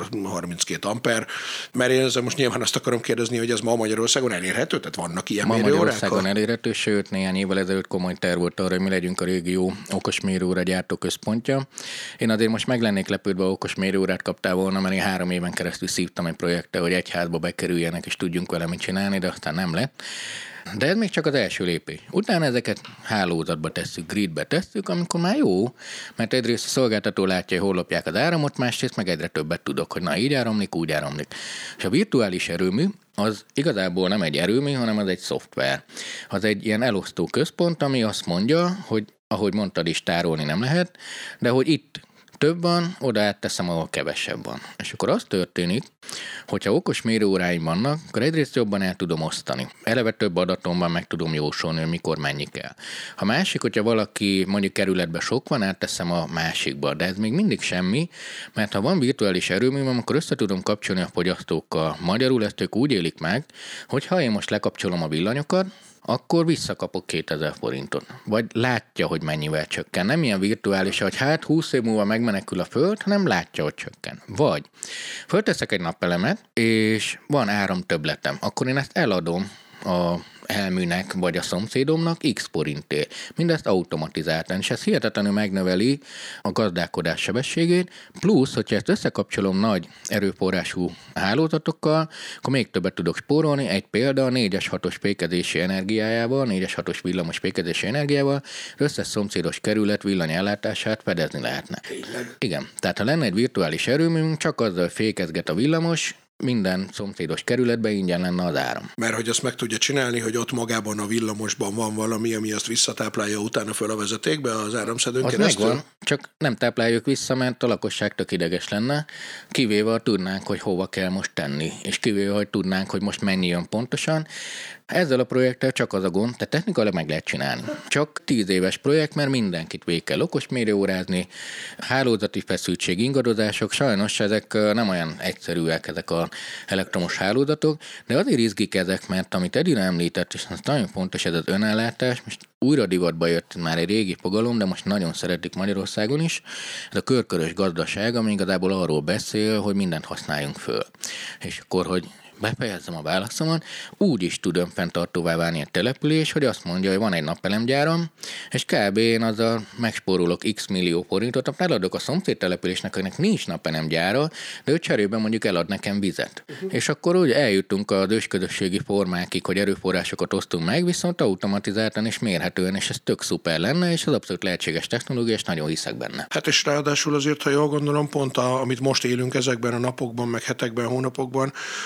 3x32 amper, mert én ezzel most nyilván azt akarom kérdezni, hogy ez ma Magyarországon elérhető, tehát vannak ilyen mérőórák? Magyarországon elérhető, sőt, néhány évvel ezelőtt komoly terv volt arra, hogy mi legyünk a régió okos mérőóra gyártó központja. Én azért most meg lennék lepődve, okos mérőórát kaptál volna, mert én 3 éven keresztül szívtam egy projektre, hogy egy házba bekerüljenek, és tudjunk vele mit csinálni, de aztán nem lett. De ez még csak az első lépés. Utána ezeket hálózatba tesszük, gridbe tesszük, amikor már jó, mert egyrészt a szolgáltató látja, hogy hol lopják az áramot, másrészt meg egyre többet tudok, hogy na így áramlik, úgy áramlik. És a virtuális erőmű az igazából nem egy erőmű, hanem az egy szoftver. Az egy ilyen elosztó központ, ami azt mondja, hogy ahogy mondtad is, tárolni nem lehet, de hogy itt több van, oda átteszem, ahol kevesebb van. És akkor az történik, hogyha okos mérőóráim vannak, akkor egyrészt jobban el tudom osztani. Eleve több adatomban meg tudom jósolni, hogy mikor mennyi kell. Ha másik, hogyha valaki mondjuk kerületben sok van, átteszem a másikba, de ez még mindig semmi, mert ha van virtuális erőművem, akkor össze tudom kapcsolni a fogyasztókkal. Magyarul ezt ők úgy élik meg, hogy ha én most lekapcsolom a villanyokat, akkor visszakapok 2000 forintot. Vagy látja, hogy mennyivel csökken. Nem ilyen virtuális, hogy hát 20 év múlva megmenekül a föld, hanem látja, hogy csökken. Vagy fölteszek egy napelemet, és van áramtöbbletem. Akkor én ezt eladom a elműnek vagy a szomszédomnak x forintért. Mindezt automatizáltan, és ez hihetetlenül megnöveli a gazdálkodás sebességét, plusz, hogyha ezt összekapcsolom nagy erőforrású hálózatokkal, akkor még többet tudok spórolni. Egy példa, a 4-es 6-os fékezési energiájával, 4-es 6-os villamos fékezési energiával összes szomszédos kerület villanyellátását fedezni lehetne. Igen, tehát ha lenne egy virtuális erőműünk, csak azzal fékezget a villamos, minden szomszédos kerületben ingyen lenne az áram. Mert hogy azt meg tudja csinálni, hogy ott magában a villamosban van valami, ami azt visszatáplálja utána föl a vezetékbe az áramszedőn keresztül? Megvan, csak nem tápláljuk vissza, mert a lakosság tök ideges lenne, kivéve, ha tudnánk, hogy hova kell most tenni, és kivéve, hogy tudnánk, hogy most mennyi jön pontosan. Ezzel a projekttel csak az a gond, tehát technikailag meg lehet csinálni. Csak 10 éves projekt, mert mindenkit végig kell okos mérőórázni, hálózati feszültség, ingadozások, sajnos ezek nem olyan egyszerűek, ezek az elektromos hálózatok, de azért izgik ezek, mert amit Edina említett, és az nagyon fontos, ez az önellátás, most újra divatba jött már egy régi fogalom, de most nagyon szeretik Magyarországon is, ez a körkörös gazdaság, ami igazából arról beszél, hogy mindent használjunk föl. És akkor, hogy befejezzem a válaszomat, úgy is tud önfenntartóvá válni a település, hogy azt mondja, hogy van egy napelemgyáram, és kb. Én azzal megspórolok x millió forintot, eladok a szomszéd településnek, akinek nincs napelemgyára, de ő cserében mondjuk elad nekem vizet. És akkor úgy eljutunk az ősközösségi formákig, hogy erőforrásokat osztunk meg, viszont automatizáltan és mérhetően, és ez tök szuper lenne, és az abszolút lehetséges technológia, és nagyon hiszek benne. Hát és ráadásul azért, ha jól gondolom, pont amit most élünk ezekben a napokban, meg hetekben, hónapokban, az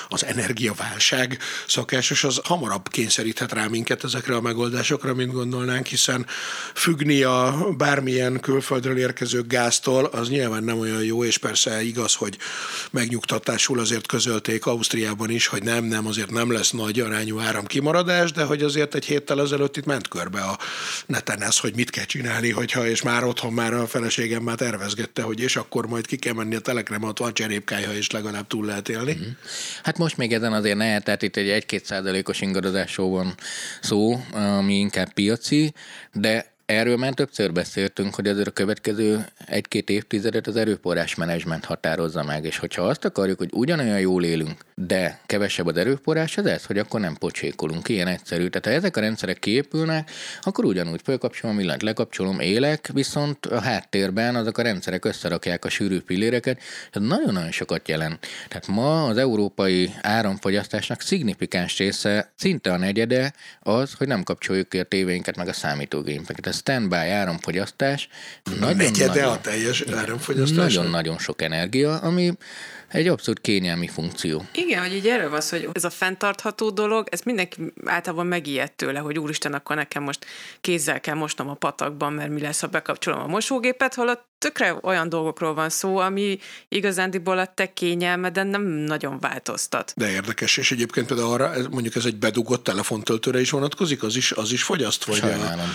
energiaválság szokásos, az hamarabb kényszeríthet rá minket ezekre a megoldásokra, mint gondolnánk, hiszen függni a bármilyen külföldről érkező gáztól, az nyilván nem olyan jó, és persze igaz, hogy megnyugtatásul azért közölték Ausztriában is, hogy nem, azért nem lesz nagy arányú áramkimaradás, de hogy azért egy héttel ezelőtt itt ment körbe a neten ez, hogy mit kell csinálni, hogyha, és már otthon már a feleségem már tervezgette, hogy és akkor majd ki kell menni a telekre, mert ott van cserépkályha, és legalább túl lehet élni. Hát most még ezen azért ne, tehát itt egy 1-2% ingadozásról van szó, ami inkább piaci, de erről már többször beszéltünk, hogy azért a következő 1-2 évtizedet az erőforrás menedzsment határozza meg, és hogyha azt akarjuk, hogy ugyanolyan jól élünk, de kevesebb az erőforrás, az ez, hogy akkor nem pocsékolunk, ilyen egyszerű. Tehát ha ezek a rendszerek kiépülnek, akkor ugyanúgy fölkapcsolom, villanyt lekapcsolom, élek, viszont a háttérben azok a rendszerek összerakják a sűrű pilléreket, ez nagyon-nagyon sokat jelent. Tehát ma az európai áramfogyasztásnak szignifikáns része, szinte a negyede az, hogy nem kapcsoljuk ki a tévénket meg a számítógépeket. Standby áramfogyasztás. Negyede a teljes áramfogyasztás? Nagyon-nagyon sok energia, ami egy abszolút kényelmi funkció. Igen, hogy így erről van, hogy ez a fenntartható dolog, ez mindenki általában megijed tőle, hogy úristen, akkor nekem most kézzel kell mosnom a patakban, mert mi lesz, ha bekapcsolom a mosógépet, holott tökre olyan dolgokról van szó, ami igazándiból a te kényelmeden nem nagyon változtat. De érdekes, és egyébként például arra, mondjuk ez egy bedugott telefontöltőre is vonatkozik, az is fogyaszt? Vagy sajnálom.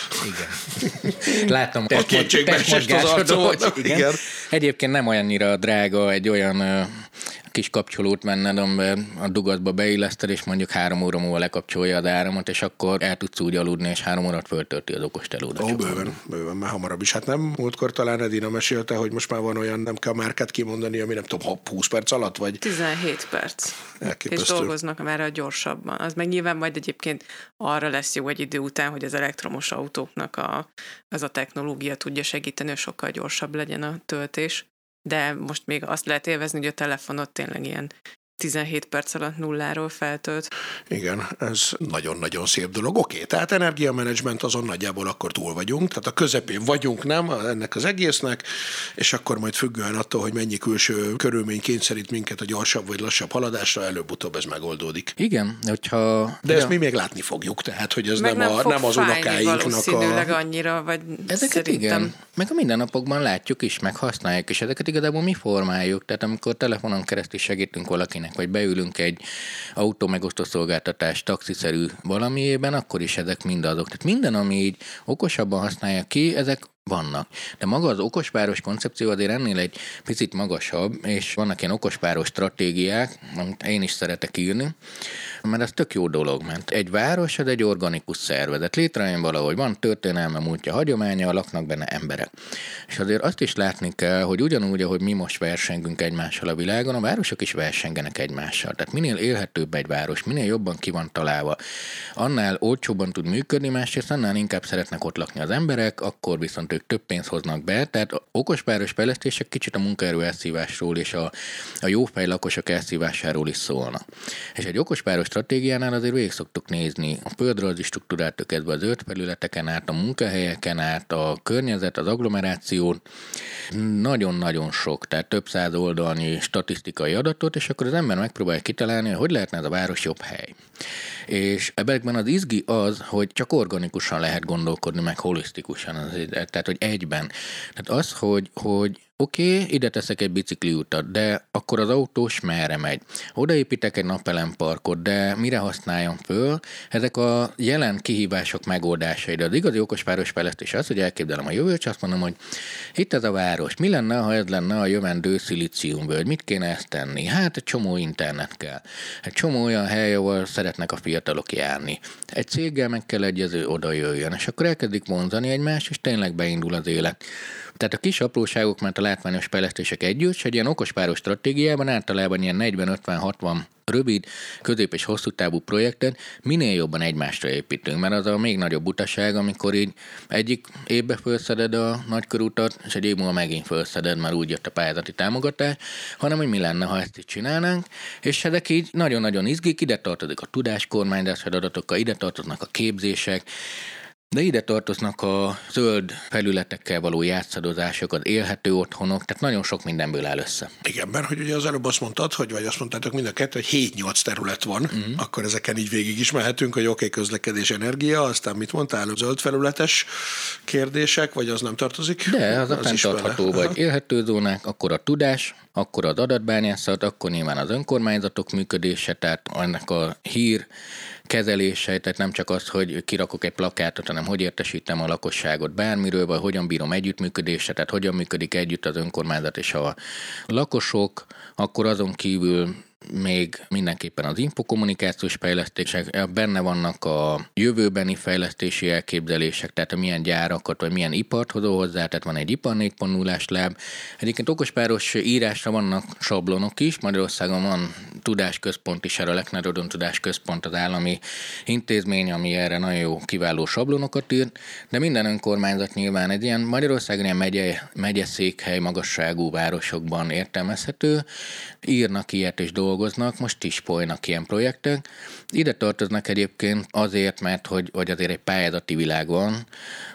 Igen. Látom, igen. Egyébként nem olyannyira drága egy olyan kis kapcsolót menned, amiben a dugatba beilleszted, és mondjuk 3 óra múlva lekapcsolja az áramot, és akkor el tudsz úgy aludni, és 3 órát föltölti az okostelódat. Bőven, már hamarabb is. Hát nem múltkor talán Edina mesélte, hogy most már van olyan, nem kell a márkát kimondani, ami nem tudom, 20 perc alatt, vagy... 17 perc. Elképesztő. És dolgoznak már a gyorsabban. Az meg nyilván majd egyébként arra lesz jó egy idő után, hogy az elektromos autóknak az a technológia tudja segíteni, hogy sokkal gyorsabb legyen a töltés. De most még azt lehet élvezni, hogy a telefonot tényleg ilyen 17 perc alatt nulláról feltölt. Igen, ez nagyon-nagyon szép dolog. Oké, tehát energiamenedzsment azon nagyjából akkor túl vagyunk, tehát a közepén vagyunk, nem, ennek az egésznek, és akkor majd függően attól, hogy mennyi külső körülmény kényszerít minket a gyorsabb vagy lassabb haladásra, előbb-utóbb ez megoldódik. Igen, hogyha... De ezt mi még látni fogjuk, tehát, hogy ez nem az unokáinknak valószínűleg annyira, vagy ezeket szerintem... igen, meg a mindennapokban látjuk is, meg használjuk, és ezeket igazából mi formáljuk, tehát amikor telefonon keresztül segítünk valakinek, vagy beülünk egy autó megosztó szolgáltatás taxiszerű valamiében, akkor is ezek mind azok. Tehát minden, ami így okosabban használja ki, ezek vannak. De maga az okosváros koncepció azért ennél egy picit magasabb, és vannak ilyen okosváros stratégiák, amit én is szeretek írni, mert ez tök jó dolog, mert egy város az egy organikus szervezet. Létrejön valahogy, van történelme, múltja, hagyománya, laknak benne emberek. És azért azt is látni kell, hogy ugyanúgy, ahogy mi most versengünk egymással a világon, a városok is versengenek egymással. Tehát minél élhetőbb egy város, minél jobban ki van találva, annál olcsóbban tud működni, másrészt annál inkább szeretnek ott lakni az emberek, akkor viszont ők több pénzt hoznak be, tehát okosváros fejlesztések kicsit a munkaerő elszívásról és a jófej lakosok elszívásáról is szólnak. És egy okosváros stratégiánál azért végig szoktuk nézni a földrajzi struktúrától kezdve az zöld felületeken át, a munkahelyeken át, a környezet, az agglomerációt, nagyon-nagyon sok, tehát több 100 oldalnyi statisztikai adatot, és akkor az ember megpróbálja kitalálni, hogy hogy ez a város jobb hely. És ebben az izgi az, hogy csak organikusan lehet gondolkodni, meg holisztikusan, tehát hogy egyben. Tehát az, hogy oké, ide teszek egy bicikliutat, de akkor az autós merre megy? Odaépítek egy napelemparkot, de mire használjam föl? Ezek a jelen kihívások megoldásai. De az igazi okosváros fejlesztés az, hogy elképzelem a jövőt, és azt mondom, hogy itt ez a város. Mi lenne, ha ez lenne a jövendő szilíciumvölgy? Mit kéne ezt tenni? Hát egy csomó internet kell. Egy csomó olyan hely, ahol szeretnek a fiatalok járni. Egy céggel meg kell egyező, oda jöjjön, és akkor elkezdik vonzani egymást, és tényleg beindul az élet. Tehát a kis apróságok, mert a látványos fejlesztések együtt, és egy ilyen okosváros stratégiában általában ilyen 40-50-60 rövid, közép és hosszú távú projektet minél jobban egymásra építünk, mert az a még nagyobb butaság, amikor így egyik évbe felszeded a nagykörútat, és egy év múlva megint felszeded, mert úgy jött a pályázati támogatás, hanem hogy mi lenne, ha ezt így csinálnánk, és ezek így nagyon-nagyon izgik, ide tartozik a tudáskormányzás feladatokkal, ide tartoznak a képzések, De ide tartoznak a zöld felületekkel való játszadozások, az élhető otthonok, tehát nagyon sok mindenből áll össze. Igen, mert hogy ugye az előbb azt mondtad, vagy azt mondtátok mind a kettő, hogy 7-8 terület van, akkor ezeken így végig is mehetünk, hogy oké, közlekedés, energia, aztán mit mondtál, zöld felületes kérdések, vagy az nem tartozik? De az a fenntartható vagy élhető zónák, akkor a tudás, akkor az adatbányászat, akkor nyilván az önkormányzatok működése, tehát ennek a hír kezelése, tehát nem csak az, hogy kirakok egy plakátot, hanem hogy értesítem a lakosságot bármiről, vagy hogyan bírom együttműködésre, tehát hogyan működik együtt az önkormányzat és a lakosok, akkor azon kívül még mindenképpen az infokommunikációs fejlesztések, benne vannak a jövőbeni fejlesztési elképzelések, tehát milyen gyárakat, vagy milyen ipart hozol hozzá, tehát van egy ipar 4.0-ás láb. Egyébként okospáros írásra vannak sablonok is, Magyarországon van tudásközpont is, a Lechner Rodon Tudásközpont az állami intézmény, ami erre nagyon jó, kiváló sablonokat ír, de minden önkormányzat nyilván egy ilyen Magyarországon ilyen megyeszékhely magasságú városokban értelmezhető, írnak ilyet és dolgoznak, most is folynak ilyen projektek. Ide tartoznak egyébként azért, mert hogy azért egy pályázati világ van,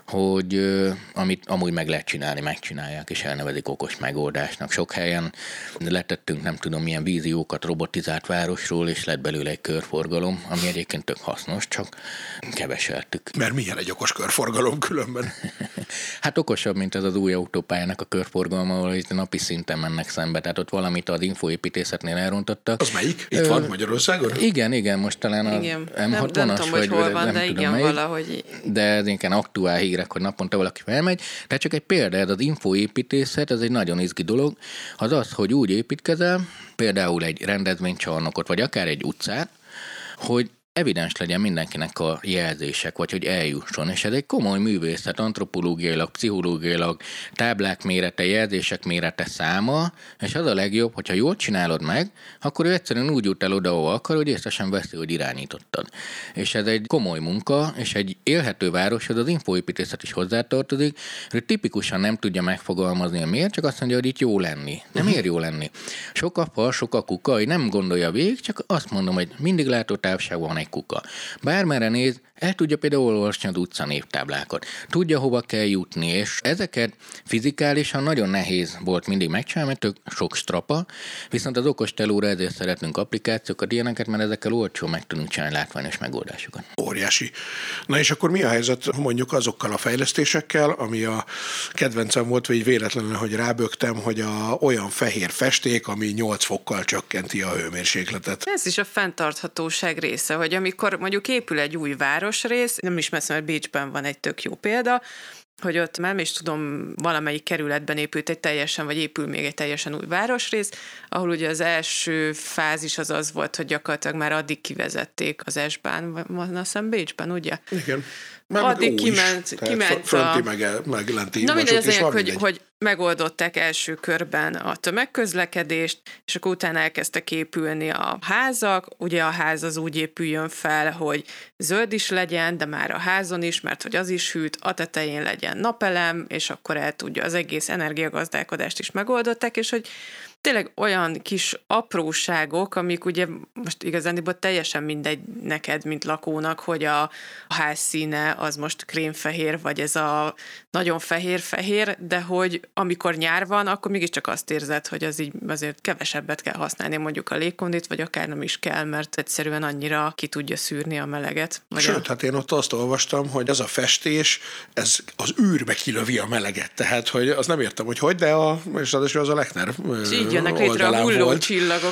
hogy amit amúgy meg lehet csinálni, megcsinálják, és elnevezik okos megoldásnak. Sok helyen letettünk nem tudom milyen víziókat robotizált városról, és lett belőle egy körforgalom, ami egyébként tök hasznos, csak keveseltük. Mert milyen egy okos körforgalom különben? Hát okosabb, mint ez az új autópályának a körforgalma, ahol itt napi szinten mennek szembe, tehát ott valamit az infoépítészetnél elrontottak. Az melyik? Itt van Magyarországon? Igen, most talán a M60-as, nem tudom, hogy hol van, de igen, melyik, valahogy. de ez inkább aktuál hírek, hogy naponta valaki felmegy, de csak egy példa, ez az infoépítészet, ez egy nagyon izgi dolog, az, hogy úgy építkezel, például egy rendezvénycsarnokot, vagy akár egy utcát, hogy evidens legyen mindenkinek a jelzések, vagy hogy eljusson. És ez egy komoly művészet, antropológiailag, pszichológiailag, táblák mérete, jelzések mérete, száma, és az a legjobb, hogyha jól csinálod meg, akkor ő egyszerűen úgy jut el oda, ahol akar, hogy észre sem veszi, hogy irányítottad. És ez egy komoly munka, és egy élhető városhoz az infoépítészet is hozzátartozik, hogy tipikusan nem tudja megfogalmazni, miért, csak azt mondja, hogy itt jó lenni. De miért jó lenni? Sok a fal, sok a kuka, hogy nem gondolja végig, csak azt mondom, hogy mindig látó távolságban van egy kuka. Bármerre néz, el tudja például olvasni az utca névtáblákat. Tudja, hova kell jutni, és ezeket fizikálisan nagyon nehéz volt mindig megcsinálni, mert tök sok strapa, viszont az okostelóra ezért szeretünk applikációkat, ilyeneket, mert ezekkel olcsó meg tudunk csinálni látványos megoldásokat. Óriási. Na és akkor mi a helyzet mondjuk azokkal a fejlesztésekkel, ami a kedvencem volt, vagy véletlenül, hogy rábögtem, hogy olyan fehér festék, ami 8 fokkal csökkenti a hőmérsékletet. Ez is a fenntarthatóság része, hogy amikor mondjuk épül egy új városrész, nem is messze, mert Bécsben van egy tök jó példa, hogy ott nem is tudom, valamelyik kerületben épült egy teljesen, vagy épül még egy teljesen új városrész, ahol ugye az első fázis az volt, hogy gyakorlatilag már addig kivezették az S-bán, van azt hiszem Bécsben, ugye? Igen. Addig kiment fönti meg lenti. Na mindegy, az hogy megoldották első körben a tömegközlekedést, és akkor utána elkezdtek épülni a házak. Ugye a ház az úgy épüljön fel, hogy zöld is legyen, de már a házon is, mert hogy az is hűt, a tetején legyen napelem, és akkor el tudja az egész energiagazdálkodást is megoldották, és hogy tényleg olyan kis apróságok, amik ugye most igazániból teljesen mindegy neked, mint lakónak, hogy a ház színe az most krémfehér, vagy ez a nagyon fehér-fehér, de hogy amikor nyár van, akkor mégiscsak azt érzed, hogy az így azért kevesebbet kell használni mondjuk a légkondit, vagy akár nem is kell, mert egyszerűen annyira ki tudja szűrni a meleget. Sőt, hát én ott azt olvastam, hogy ez a festés, ez az űrbe kilövi a meleget. Tehát, hogy az nem értem, hogy de és az a Lechner jönnek létre a hulló csillagok,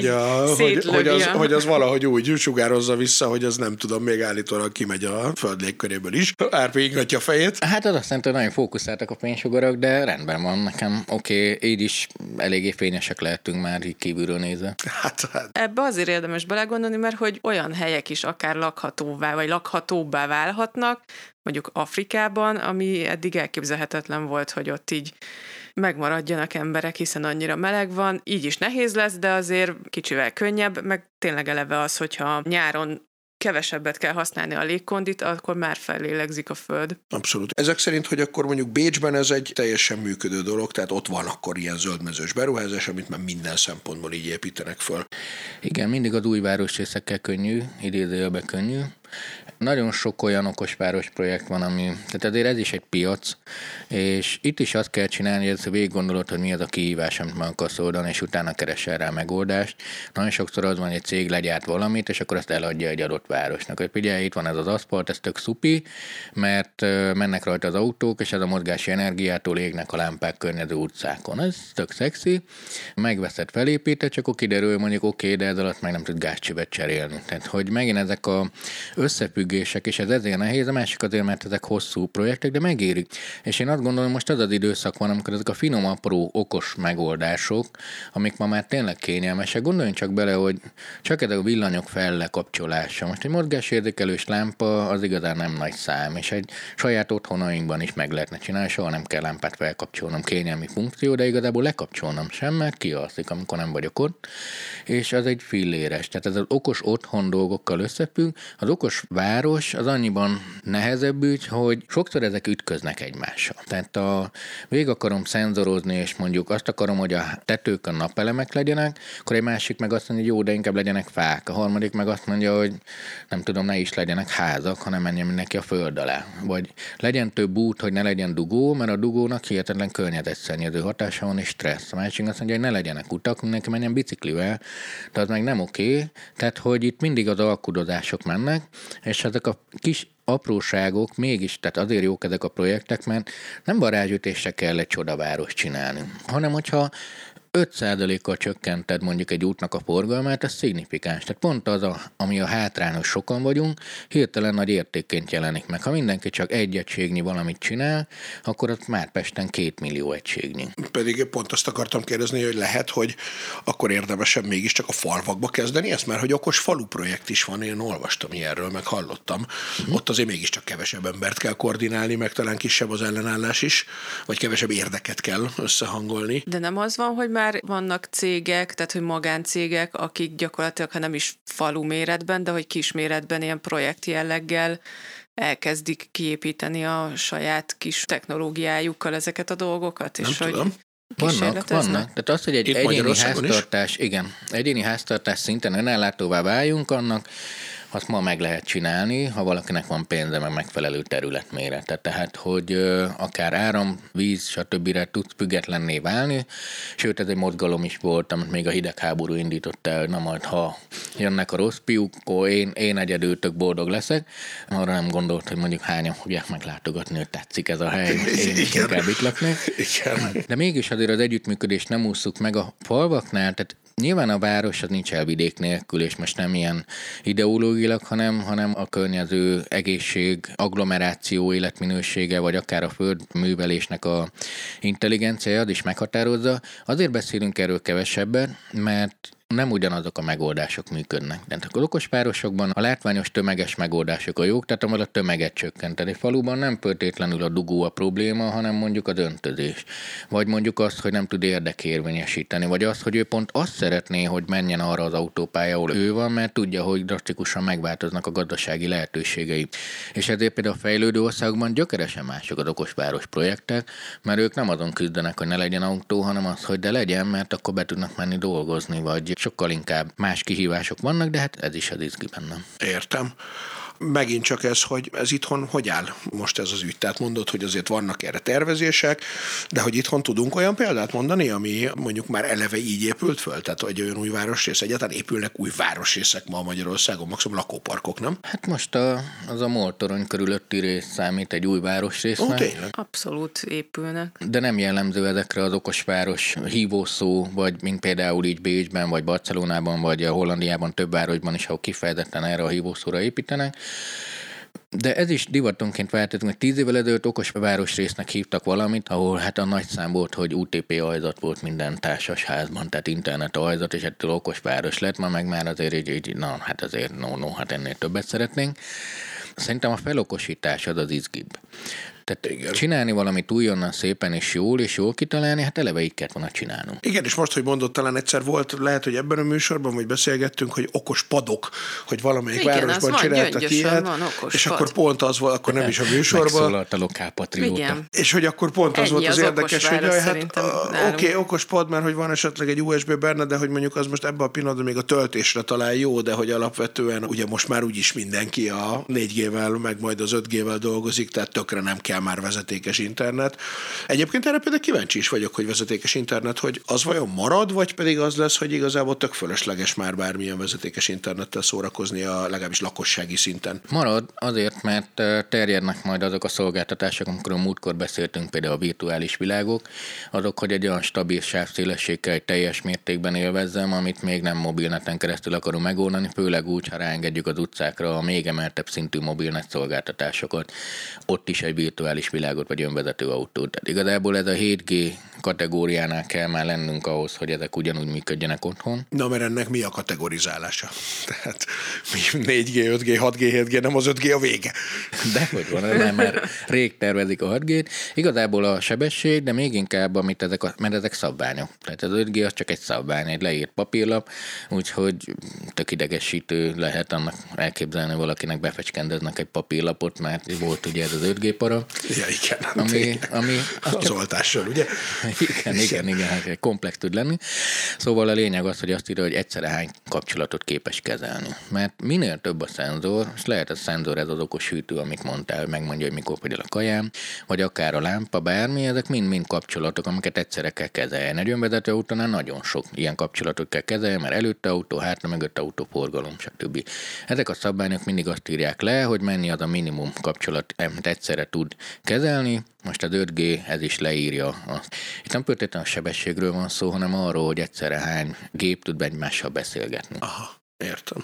hogy az valahogy úgy sugározza vissza, hogy az nem tudom, még állítólag kimegy a föld légköréből is. Árpi ingatja a fejét. Hát az azt jelenti, hogy nagyon fókuszáltak a fénysugarak, de rendben van nekem. Oké, így is eléggé fényesek lehetünk már így kívülről nézve. Hát. Ebbe azért érdemes belegondolni, mert hogy olyan helyek is akár lakhatóvá vagy lakhatóbbá válhatnak, mondjuk Afrikában, ami eddig elképzelhetetlen volt, hogy ott így megmaradjanak emberek, hiszen annyira meleg van, így is nehéz lesz, de azért kicsivel könnyebb, meg tényleg eleve az, hogyha nyáron kevesebbet kell használni a légkondit, akkor már fellélegzik a föld. Abszolút. Ezek szerint, hogy akkor mondjuk Bécsben ez egy teljesen működő dolog, tehát ott van akkor ilyen zöldmezős beruházás, amit már minden szempontból így építenek föl. Igen, mindig az új városrészekkel könnyű, idézőjelben könnyű. nagyon sok olyan okosváros projekt van, ami, tehát azért ez is egy piac, és itt is azt kell csinálni, hogy ezt végig gondolod, hogy mi az a kihívás, amit meg akarsz oldani, és utána keresel rá megoldást. Nagyon sokszor az van, hogy egy cég legyárt valamit, és akkor azt eladja egy adott városnak. Hogy ugye itt van ez az aszfalt, ez tök szupi, mert mennek rajta az autók, és ez a mozgási energiától égnek a lámpák környező utcákon. Ez tök szexi, megveszed, felépíted, csak akkor kiderül, mondjuk oké, de ez alatt meg nem tud gázcsövet cserélni. Tehát, hogy megint ezek a összefüggések, és ez ezért nehéz, a másik azért, mert ezek hosszú projektek, de megérik. És én azt gondolom, most az az időszak van, amikor ezek a finom, apró, okos megoldások, amik ma már tényleg kényelmesek. Gondoljunk csak bele, hogy csak ez a villanyok fellekapcsolása. Most egy mozgásérzékelős lámpa az igazán nem nagy szám, és egy saját otthonainkban is meg lehetne csinálni, soha nem kell lámpát felkapcsolnom, kényelmi funkció, de igazából lekapcsolnom sem, mert kialszik, amikor nem vagyok ott, és az egy filléres. Tehát ez az okos otthon dolgokkal összefügg. Az okos város az annyiban nehezebb ügy, hogy sokszor ezek ütköznek egymással. Tehát végig akarom szenzorozni, és mondjuk azt akarom, hogy a tetőkön napelemek legyenek, akkor egy másik meg azt mondja, hogy jó, de inkább legyenek fák. A harmadik meg azt mondja, hogy nem tudom, ne is legyenek házak, hanem menjen mindenki a föld alá. Vagy legyen több út, hogy ne legyen dugó, mert a dugónak hihetetlen környezetszennyező hatása van és stressz. A másik azt mondja, hogy ne legyenek utak, mindenki menjen biciklivel, de az meg nem oké. Tehát, hogy itt mindig az alkudozások mennek, és ezek a kis apróságok mégis, tehát azért jók ezek a projektek, mert nem varázsütésre kell egy csodaváros csinálni, hanem hogyha 5%-kal csökkented mondjuk egy útnak a forgalmát, ez szignifikáns. Tehát pont az, ami a hátrán, hogy sokan vagyunk, hirtelen nagy értékként jelenik meg. Ha mindenki csak egy egységnyi valamit csinál, akkor ott már Pesten 2 millió egységnyi. Pedig pont azt akartam kérdezni, hogy lehet, hogy akkor érdemesebb mégiscsak a falvakba kezdeni ezt, mert hogy okos falu projekt is van, én olvastam ilyenről, meg hallottam. Ott azért mégiscsak kevesebb embert kell koordinálni, meg talán kisebb az ellenállás is, vagy kevesebb érdeket kell összehangolni. De nem az van, hogy már vannak cégek, tehát hogy magáncégek, akik gyakorlatilag, ha nem is falu méretben, de hogy kis méretben ilyen projekt jelleggel elkezdik kiépíteni a saját kis technológiájukkal ezeket a dolgokat. Nem és tudom. Vannak. Tehát az, hogy egy egyéni háztartás szinten önellátóvá váljunk, annak azt ma meg lehet csinálni, ha valakinek van pénze, meg megfelelő területmérete. Tehát, hogy akár áram, víz, stb. Tudsz függetlenné válni, sőt, ez egy mozgalom is volt, amit még a hidegháború indított el, na majd, ha jönnek a rossz fiúk, akkor én egyedül tök boldog leszek. Arra nem gondolt, hogy mondjuk hányan fogják meglátogatni, hogy tetszik ez a hely, én is inkább itt laknék. De mégis azért az együttműködést nem ússzuk meg a falvaknál, tehát nyilván a város az nincs elvidék nélkül, és most nem ilyen ideológilag, hanem a környező egészség, agglomeráció életminősége, vagy akár a földművelésnek a intelligenciája, az is meghatározza. Azért beszélünk erről kevesebbet, mert nem ugyanazok a megoldások működnek. De az okosvárosokban a látványos tömeges megoldások a jók, tehát ahol a tömeget csökkenteni. Faluban nem feltétlenül a dugó a probléma, hanem mondjuk a döntözés. Vagy mondjuk azt, hogy nem tud érdekérvényesíteni, vagy azt, hogy ő pont azt szeretné, hogy menjen arra az autópálya, ahol ő van, mert tudja, hogy drasztikusan megváltoznak a gazdasági lehetőségei. És ezért például a fejlődő országokban gyökeresen mások az okosváros projektek, mert ők nem azon küzdenek, hogy ne legyen autó, hanem az, hogy de legyen, mert akkor be tudnak menni dolgozni, vagy sokkal inkább más kihívások vannak, de hát ez is az izgi bennem. Értem. Megint csak ez, hogy ez itthon hogy áll most ez az ügy? Tehát mondod, hogy azért vannak erre tervezések, de hogy itthon tudunk olyan példát mondani, ami mondjuk már eleve így épült föl? Tehát, hogy olyan új városrész, egyáltalán épülnek új városrészek ma Magyarországon, maximum lakóparkok, nem? Hát most az a Moltorony körülötti rész számít egy új városrésznek. Tényleg? Abszolút épülnek. De nem jellemző ezekre az okosváros hívószó, vagy mint például így Bécsben, vagy Barcelonában, vagy a Hollandiában több városban is, ahol kifejezetten erre a hívószóra építenek. De ez is divatonként változik, hogy 10 évvel ezelőtt okos városrésznek hívtak valamit, ahol hát a nagy szám volt, hogy UTP ajzat volt minden társas házban, tehát internet ajzat, és ettől okos város lett, ma meg már azért így hát azért hát ennél többet szeretnénk. Szerintem a felokosítás az izgibb. Tehát igen. Csinálni valamit újonnan szépen és jól kitalálni, hát eleve így kellett volna csinálnunk. Igen, és most, hogy mondott, talán egyszer volt, lehet, hogy ebben a műsorban, vagy beszélgettünk, hogy okos padok, hogy valamelyik városban csináltak ilyet, és pad. Akkor pont az volt, akkor nem is a műsorban. Megszólalt a lokálpatrióta. És hogy akkor pont az volt az érdekes, hogy hát oké, okos pad, mert hogy van esetleg egy USB benne, de hogy mondjuk az most ebben a pillanatban még a töltésre talán jó, de hogy alapvetően ugye most már úgyis mindenki a 4G-vel, meg majd az 5G-vel dolgozik, tehát tökre nem kell már vezetékes internet. Egyébként erre például kíváncsi is vagyok, hogy vezetékes internet, hogy az vajon marad, vagy pedig az lesz, hogy igazából tök fölösleges már bármilyen vezetékes internettel szórakozni a legalábbis lakossági szinten. Marad azért, mert terjednek majd azok a szolgáltatások, amikor a múltkor beszéltünk például a virtuális világok, azok, hogy egy olyan stabil sávszélesség kell, teljes mértékben élvezzem, amit még nem mobilneten keresztül akarunk megoldani, főleg úgy, ha ráengedjük az utcákra a még emeltebb szintű mobilnet szolgáltatásokat, ott is egy virtuális világot vagy önvezető autót. Tehát igazából ez a 7G kategóriánál kell már lennünk ahhoz, hogy ezek ugyanúgy működjenek otthon. Na, mert ennek mi a kategorizálása? Tehát 4G, 5G, 6G, 7G, nem az 5G a vége. Dehogy van, mert rég tervezik a 6G-t. Igazából a sebesség, de még inkább, mert ezek szabványok. Tehát az 5G az csak egy szabvány, egy leírt papírlap, úgyhogy tök idegesítő lehet annak elképzelni, valakinek befecskendeznek egy papírlapot, mert volt ugye ez az 5G para. Ja, igen. Ami az oltással, ugye? Igen, komplex tud lenni. Szóval a lényeg az, hogy azt írja, hogy egyszerre hány kapcsolatot képes kezelni. Mert minél több a szenzor, és lehet a szenzor ez az okos hűtő, amit mondtál, hogy megmondja, hogy mikor például a kajám, vagy akár a lámpa, bármi, ezek mind-mind kapcsolatok, amiket egyszerre kell kezelni. Egy önvezető autónál nagyon sok ilyen kapcsolatot kell kezelni, mert előtte autó, hátra mögött autó, forgalom, stb. Ezek a szabványok mindig azt írják le, hogy mennyi az a minimum kapcsolat, amit egyszerre tud kezelni. Most az 5G ez is leírja azt. Itt nem például a sebességről van szó, hanem arról, hogy egyszerre hány gép tud egymással beszélgetni. Aha. Értem.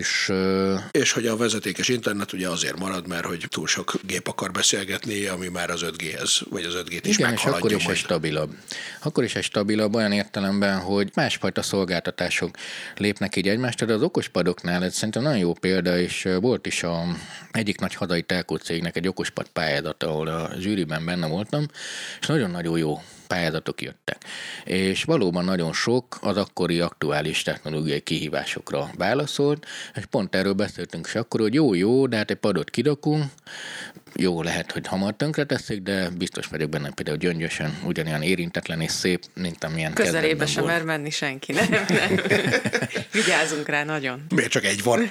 És hogy a vezetékes internet ugye azért marad, mert hogy túl sok gép akar beszélgetni, ami már az 5G-hez, vagy az 5G-t is meghaladja. Igen, és akkor is egy stabilabb. Akkor is egy stabilabb olyan értelemben, hogy másfajta szolgáltatások lépnek így egymást, de az okospadoknál ez szerintem nagyon jó példa, és volt is egyik nagy hazai telkó cégnek egy okospad pályázat, ahol a zsűriben benne voltam, és nagyon-nagyon jó pályázatok jöttek. És valóban nagyon sok az akkori aktuális technológiai kihívásokra válaszolt, és pont erről beszéltünk is akkor, hogy jó, de hát egy padot kidakunk, jó lehet, hogy hamar tönkreteszik, de biztos vagyok benne például Gyöngyösön ugyanolyan érintetlen és szép, mint amilyen közelébe sem mer menni senki, nem. Vigyázzunk rá nagyon. Miért csak egy van?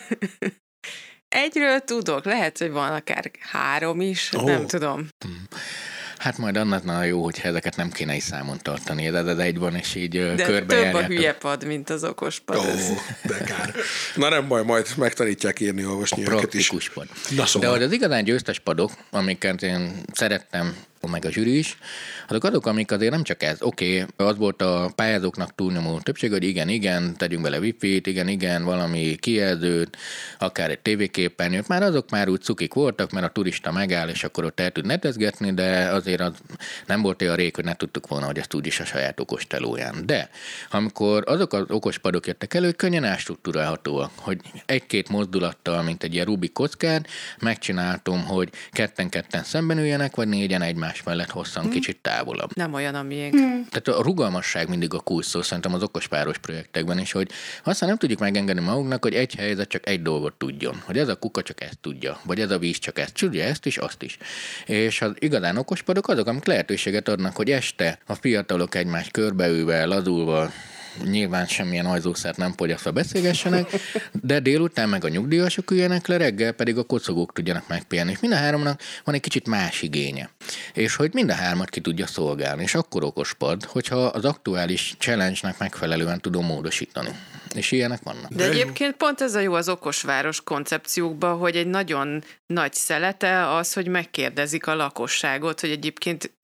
Egyről tudok, lehet, hogy van akár 3 is, nem tudom. Hát majd annál jó, hogy ezeket nem kéne is számon tartani, de egy van, és így körbejárjátok. De több a hülye pad, mint az okos pad. De kár. Na nem baj, majd megtanítják írni, olvasni őket is. Praktikus pad. Szóval. De hogy az igazán győztes padok, amiket én szerettem, meg a zsűri is, azok, amik azért nem csak ez. Oké, az volt a pályázóknak túlnyomó többség, hogy igen, tegyünk bele wifi-t, igen, valami kijelzőt, akár egy tévéképernyőt, már azok már úgy cukik voltak, mert a turista megáll, és akkor ott el tud netezgetni, de azért az nem volt olyan rég, hogy ne tudtuk volna, hogy ezt úgyis a saját okos telóján. De amikor azok az okos padok jöttek elő, könnyen ástruktúrálhatóak, hogy egy-két mozdulattal, mint egy ilyen Rubik kockán, megcsináltam, hogy ketten szemben üljenek, vagy 4-en egymás mellett hosszan kicsit távolabb. Nem olyan, amilyénk. Tehát a rugalmasság mindig a kulcs szó szerintem az okospáros projektekben is, hogy aztán nem tudjuk megengedni magunknak, hogy egy helyzet csak egy dolgot tudjon. Hogy ez a kuka csak ezt tudja, vagy ez a víz csak ezt tudja, ezt is, azt is. És az igazán okospadok azok, amik lehetőséget adnak, hogy este a fiatalok egymás körbeülve, lazulva, nyilván semmilyen ajzószert nem fogyasztva beszélgessenek, de délután meg a nyugdíjasok üljenek le, reggel pedig a kocogók tudjanak megpihenni. És mind a háromnak van egy kicsit más igénye. És hogy mind a hármat ki tudja szolgálni. És akkor okospad, hogyha az aktuális challenge-nek megfelelően tudom módosítani. És ilyenek vannak. De egyébként pont ez a jó az okosváros koncepciókban, hogy egy nagyon nagy szelete az, hogy megkérdezik a lakosságot, hogy egyébként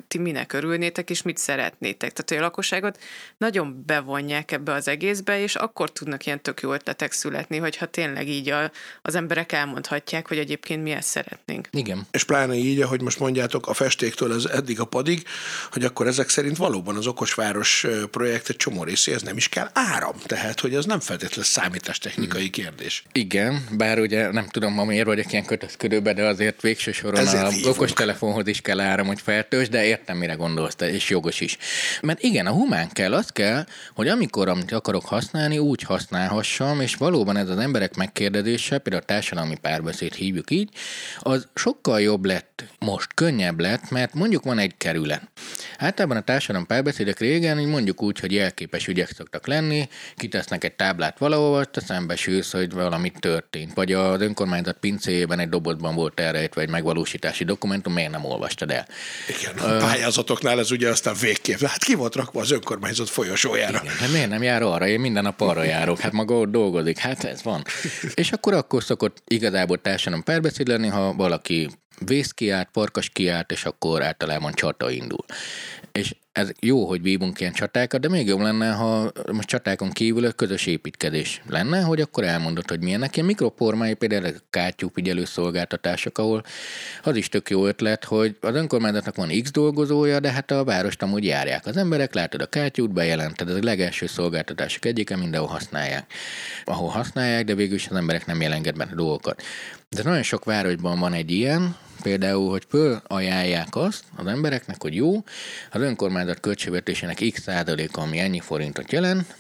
ti minek örülnétek, és mit szeretnétek. Tehát, hogy a lakosságot nagyon bevonják ebbe az egészbe, és akkor tudnak ilyen tök jó ötletek születni, hogyha tényleg így az emberek elmondhatják, hogy egyébként mi ezt szeretnénk. Igen. És pláne így, ahogy most mondjátok, a festéktől ez eddig a padig, hogy akkor ezek szerint valóban az okosváros projekt egy csomó részéhez nem is kell áram. Tehát, hogy ez nem feltétlenül számítástechnikai kérdés. Igen, bár ugye nem tudom, ma miért vagyok ilyen kötözködőbe, de azért végső soron az okostelefonhoz is kell áram, hogy feltöltsd, de értem, mire gondolsz, és jogos is. Mert igen, a humán kell, az kell, hogy amikor amit akarok használni, úgy használhassam, és valóban ez az emberek megkérdezése, például a társadalmi párbeszéd hívjuk így, az sokkal jobb lett most, könnyebb lett, mert mondjuk van egy kerület. Általában a társadalmi párbeszédek régen, mondjuk úgy, hogy jelképes ügyek szoktak lenni, kitesznek egy táblát valahol, te szembesülsz, hogy valami történt. Vagy az önkormányzat pincéjében egy dobozban volt elrejtve egy megvalósítási dokumentum, miért nem olvastad el? Igen, a pályázatoknál ez ugye aztán végképp. Hát ki volt rakva az önkormányzat folyosójára? Igen, hát miért nem jár arra? Én minden nap arra járok, hát maga ott dolgozik, hát ez van. És akkor szokott igazából társadalmi párbeszéd lenni, ha valaki vész kiált, farkas kiált, és akkor általában csata indul. És ez jó, hogy vívunk ilyen csatákat, de még jobb lenne, ha most csatákon kívül a közös építkezés lenne, hogy akkor elmondod, hogy milyenek ilyen mikroformái, például a kártyúfigyelő szolgáltatások, ahol az is tök jó ötlet, hogy az önkormányzatnak van X dolgozója, de hát a várost amúgy járják az emberek, látod a kártyút, bejelented, ez a legelső szolgáltatások egyike, mindenhol használják. Ahol használják, de végül is az emberek nem jelenged benne dolgokat. De nagyon sok városban van egy ilyen, például, hogy fölajánlják azt az embereknek, hogy jó, az önkormányzat költségvetésének x százaléka, ami ennyi forintot jelent,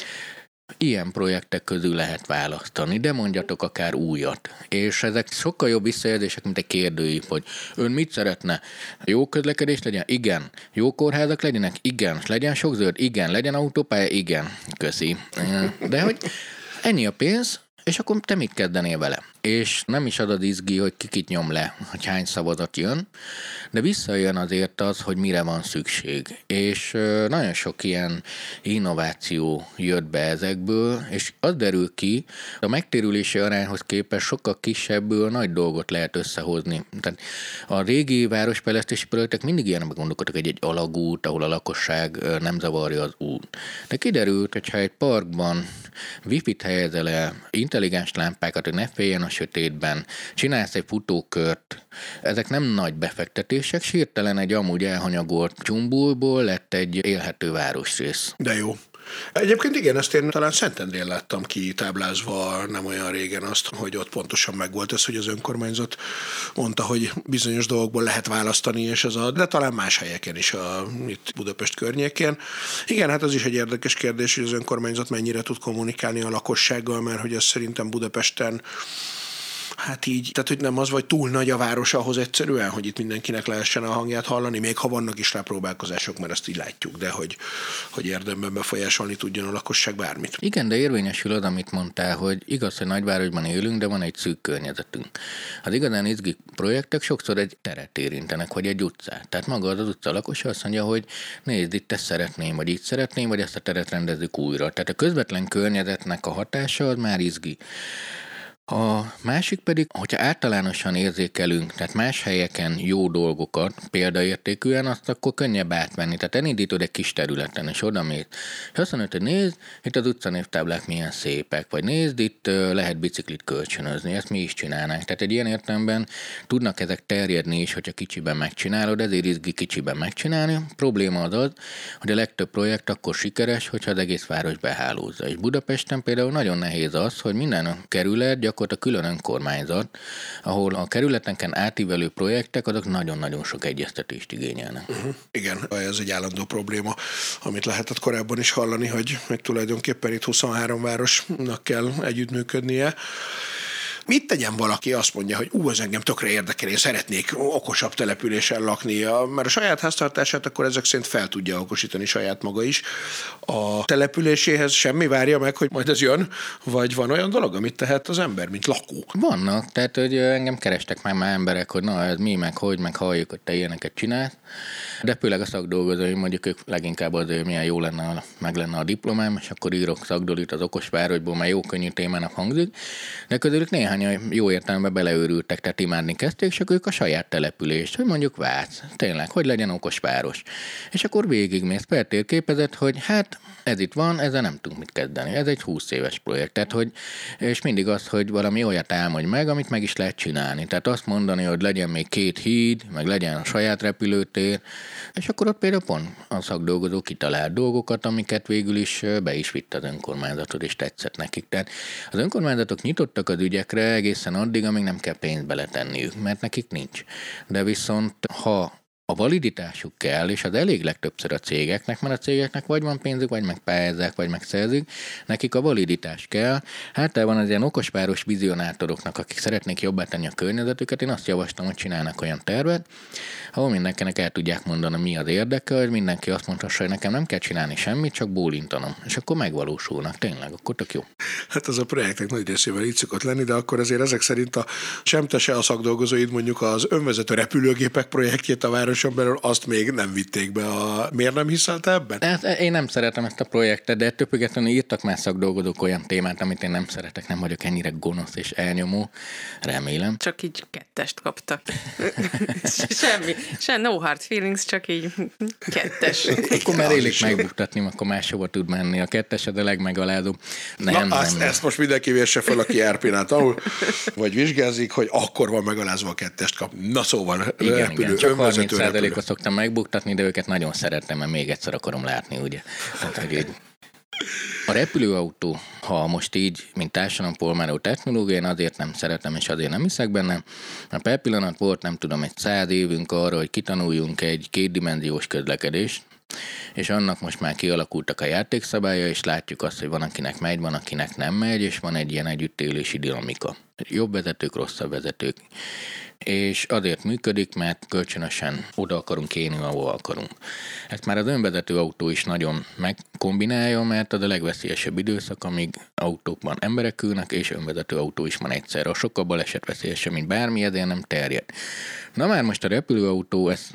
ilyen projektek közül lehet választani, de mondjatok akár újat. És ezek sokkal jobb visszajelzések, mint egy kérdőív, hogy ön mit szeretne? Jó közlekedés legyen? Igen. Jó kórházak legyenek? Igen. Legyen sok zöld? Igen. Legyen autópálya? Igen. Köszi. De hogy ennyi a pénz, és akkor te mit kezdenél vele? És nem is az az izgi, hogy kikit nyom le, hogy hány szavazat jön, de visszajön azért az, hogy mire van szükség. És nagyon sok ilyen innováció jött be ezekből, és az derül ki, a megtérülési arányhoz képest sokkal kisebből nagy dolgot lehet összehozni. Tehát a régi városfejlesztési projektek mindig ilyenben gondolkodtak, hogy egy alagút, ahol a lakosság nem zavarja az út. De kiderült, hogyha egy parkban wifi-t helyezel el, intelligens lámpákat, hogy ne féljen a sötétben, csinálsz egy futókört, ezek nem nagy befektetések, hirtelen egy amúgy elhanyagolt csumbulból lett egy élhető városrész. De jó. Egyébként igen, ezt én talán Szentendrén láttam ki táblázva nem olyan régen azt, hogy ott pontosan megvolt ez, hogy az önkormányzat mondta, hogy bizonyos dolgokból lehet választani, és de talán más helyeken is, itt Budapest környékén. Igen, hát az is egy érdekes kérdés, hogy az önkormányzat mennyire tud kommunikálni a lakossággal, mert hogy ez szerintem Budapesten hát így, tehát hogy nem az, vagy túl nagy a város ahhoz egyszerűen, hogy itt mindenkinek lehessen a hangját hallani, még ha vannak is rá próbálkozások, mert ezt így látjuk, de hogy érdemben befolyásolni tudjon a lakosság bármit. Igen, de érvényesül az, amit mondtál, hogy igaz, hogy nagyvárosban élünk, de van egy szűk környezetünk. Az igazán izgi projektek sokszor egy teret érintenek, vagy egy utcát. Tehát maga az utca lakosa azt mondja, hogy nézd, itt ezt szeretném, vagy itt szeretném, vagy ezt a teret rendezzük újra. Tehát a közvetlen környezetnek a hatása az már izgi. A másik pedig, hogyha általánosan érzékelünk, tehát más helyeken jó dolgokat, példaértékűen, azt akkor könnyebb átvenni. Tehát elindítod egy kis területen, és oda mész. És azt mondod, hogy nézd, itt az utcanévtáblák milyen szépek, vagy nézd, itt lehet biciklit kölcsönözni, ezt mi is csinálnánk. Tehát egy ilyen értelemben tudnak ezek terjedni is, hogyha kicsiben megcsinálod, ezért izgi kicsiben megcsinálni. A probléma az, hogy a legtöbb projekt akkor sikeres, hogyha az egész város behálózza. És Budapesten például nagyon nehéz az, hogy minden kerület a külön önkormányzat, ahol a kerületeken átívelő projektek, azok nagyon-nagyon sok egyeztetést igényelnek. Igen, ez egy állandó probléma, amit lehetett korábban is hallani, hogy tulajdonképpen itt 23 városnak kell együttműködnie. Mit tegyen valaki, azt mondja, hogy ez engem tökre érdekel, én szeretnék okosabb településen lakni, mert a saját háztartását akkor ezek szerint fel tudja okosítani saját maga is. A településéhez semmi várja meg, hogy majd ez jön, vagy van olyan dolog, amit tehet az ember, mint lakó? Vannak, tehát hogy engem kerestek már emberek, hogy na ez mi, meg hogy, meg halljuk, hogy te ilyeneket csinálsz, de főleg a szakdolgozóim, mondjuk ők leginkább azért milyen jó lenne, meg lenne a diplomám, és akkor írok szakdolit az okos városból, mert jó könnyű témának hangzik, de közülük néhány néhányan jó értelemben beleőrültek, tehát imádni kezdték, és ők a saját települést, hogy mondjuk Vác, tényleg, hogy legyen okos város. És akkor végigmész per térképezet, hogy hát ez itt van, ezzel nem tudunk mit kezdeni. Ez egy 20 éves projekt, tehát hogy, és mindig az, hogy valami olyat álmodj meg, amit meg is lehet csinálni. Tehát azt mondani, hogy legyen még 2 híd, meg legyen a saját repülőtér, és akkor ott például pont a szakdolgozó kitalált dolgokat, amiket végül is be is vitt az önkormányzatod, és tetszett nekik. Tehát az önkormányzatok nyitottak az ügyekre egészen addig, amíg nem kell pénzt beletenniük, mert nekik nincs. De viszont ha a validitásuk kell, és az elég legtöbbször a cégeknek, mert a cégeknek vagy van pénzük, vagy megpályázzák, vagy megszerzik, nekik a validitás kell. Általában az ilyen okosváros vizionátoroknak, akik szeretnék jobbá tenni a környezetüket, én azt javaslom, hogy csinálnak olyan tervet, ahol mindenkinek el tudják mondani, mi az érdeke, hogy mindenki azt mondhassa, hogy nekem nem kell csinálni semmit, csak bólintanom. És akkor megvalósulnak, tényleg, akkor tök jó. Hát az a projektek nagy részével így szokott lenni, de akkor azért ezek szerint sem te, se a szakdolgozóid mondjuk az önvezető repülőgépek projektjét a városon belül azt még nem vitték be. Miért nem hiszel te ebben? Hát én nem szeretem ezt a projektet, de ettől függetlenül írtak már szakdolgozók olyan témát, amit én nem szeretek, nem vagyok ennyire gonosz és elnyomó, remélem. Csak így 2-est kaptak. Semmi, no hard feelings, csak így 2-es. Akkor már élik megbuktatni, akkor máshova tud menni. A 2-es a legmegalázóbb. Nem. Ezt most mindenki vérse fel, aki RP-nál tanul, vagy vizsgázik, hogy akkor van megalázva a 2-est kap. Na szóval, igen, csak 30%-ot szoktam megbuktatni, de őket nagyon szeretem, mert még egyszer akarom látni, ugye. Tehát, hogy így. A repülőautó, ha most így, mint társadalompolgáró technológia, én azért nem szeretem, és azért nem hiszek benne, mert per pillanat volt, nem tudom, egy 100 évünk arra, hogy kitanuljunk egy 2-dimenziós közlekedést, és annak most már kialakultak a játékszabálya, és látjuk azt, hogy van, akinek megy, van, akinek nem megy, és van egy ilyen együttélési dinamika. Jobb vezetők, rosszabb vezetők. És azért működik, mert kölcsönösen oda akarunk élni, ahol akarunk. Ezt már az önvezető autó is nagyon megkombinálja, mert az a legveszélyesebb időszak, amíg autókban emberek ülnek, és önvezető autó is van egyszerre. A sokkal balesetveszélyesebb, mint bármi, ezért nem terjed. Na már most a repülőautó ezt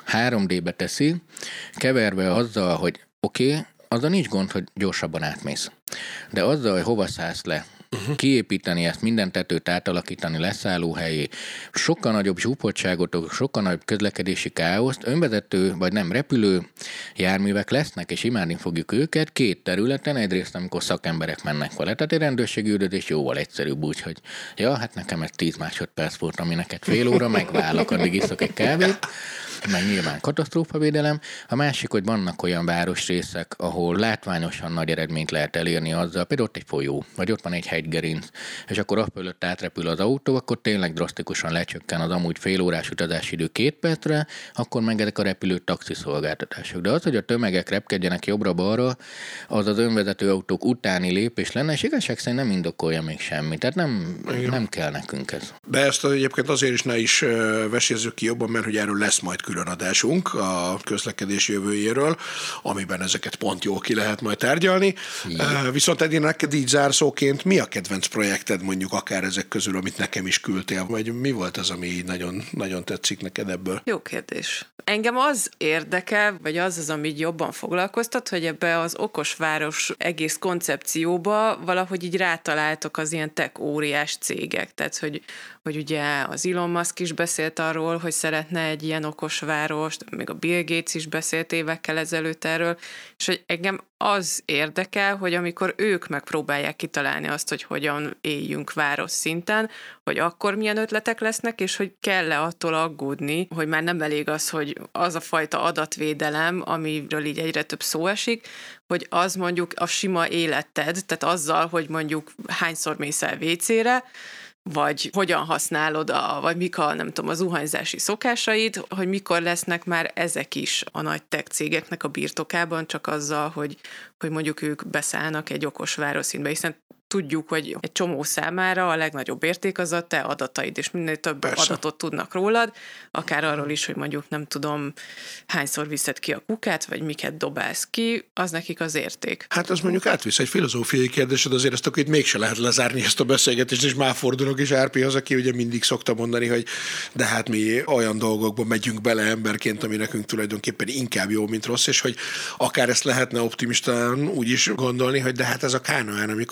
3D-be teszi, keverve azzal, hogy oké, azzal nincs gond, hogy gyorsabban átmész. De azzal, hogy hova szállsz le, kiépíteni ezt, minden tetőt átalakítani leszállóhelyé, sokkal nagyobb zsúfoltságot, sokkal nagyobb közlekedési káoszt, önvezető vagy nem repülő járművek lesznek, és imádni fogjuk őket 2 területen, egyrészt amikor szakemberek mennek vele, tehát egy rendőrségi üldözés jóval egyszerűbb, úgyhogy hát nekem ez 10 másodperc volt, ami neked fél óra, megválok, addig iszok egy kávét, meg nyilván katasztrófavédelem. A másik, hogy vannak olyan városrészek, ahol látványosan nagy eredményt lehet elérni azzal, például ott egy folyó, vagy ott van egy hegygerinc, és akkor azt fölött átrepül az autó, akkor tényleg drasztikusan lecsökken az amúgy fél órás utazási idő 2 percre, akkor meg ezek a repülő taxiszolgáltatások. De az, hogy a tömegek repkedjenek jobbra-balra, az az önvezető autók utáni lépés lenne, és igazság szerint nem indokolja még semmit. Tehát nem kell nekünk ez. De ezt egyébként azért is ne is vesézzük ki jobban, mert hogy erről lesz majd külön adásunk a közlekedés jövőjéről, amiben ezeket pont jól ki lehet majd tárgyalni. Viszont Edi, neked így zárszóként mi a kedvenc projekted mondjuk akár ezek közül, amit nekem is küldtél, vagy mi volt az, ami így nagyon, nagyon tetszik neked ebből? Jó kérdés. Engem az érdekel, vagy az, ami jobban foglalkoztat, hogy ebbe az okosváros egész koncepcióba valahogy így rátaláltok az ilyen tech óriás cégek. Tehát, hogy ugye az Elon Musk is beszélt arról, hogy szeretne egy ilyen okosvárost, még a Bill Gates is beszélt évekkel ezelőtt erről, és hogy engem az érdekel, hogy amikor ők megpróbálják kitalálni azt, hogy hogyan éljünk város szinten, hogy akkor milyen ötletek lesznek, és hogy kell-e attól aggódni, hogy már nem elég az, hogy az a fajta adatvédelem, amiről így egyre több szó esik, hogy az mondjuk a sima életed, tehát azzal, hogy mondjuk hányszor mész el WC-re, vagy hogyan használod, vagy mik a, nem tudom, az zuhanyzási szokásaid, hogy mikor lesznek már ezek is a nagy tech cégeknek a birtokában, csak azzal, hogy mondjuk ők beszállnak egy okos városszínbe, hiszen tudjuk, hogy egy csomó számára a legnagyobb érték az a te adataid, és minél több adatot tudnak rólad, akár arról is, hogy mondjuk nem tudom, hányszor viszed ki a kukát, vagy miket dobálsz ki, az nekik az érték. Hát az mondjuk átvisz egy filozófiai kérdésed, azért ezt akkor itt mégse lehet lezárni ezt a beszélgetést, és már fordulok is Árpihoz, aki ugye mindig szokta mondani, hogy de hát mi olyan dolgokba megyünk bele emberként, ami nekünk tulajdonképpen inkább jó, mint rossz, és hogy akár ezt lehetne optimistán úgy is gondolni, hogy de hát ez a Kánaán, amikor te úgy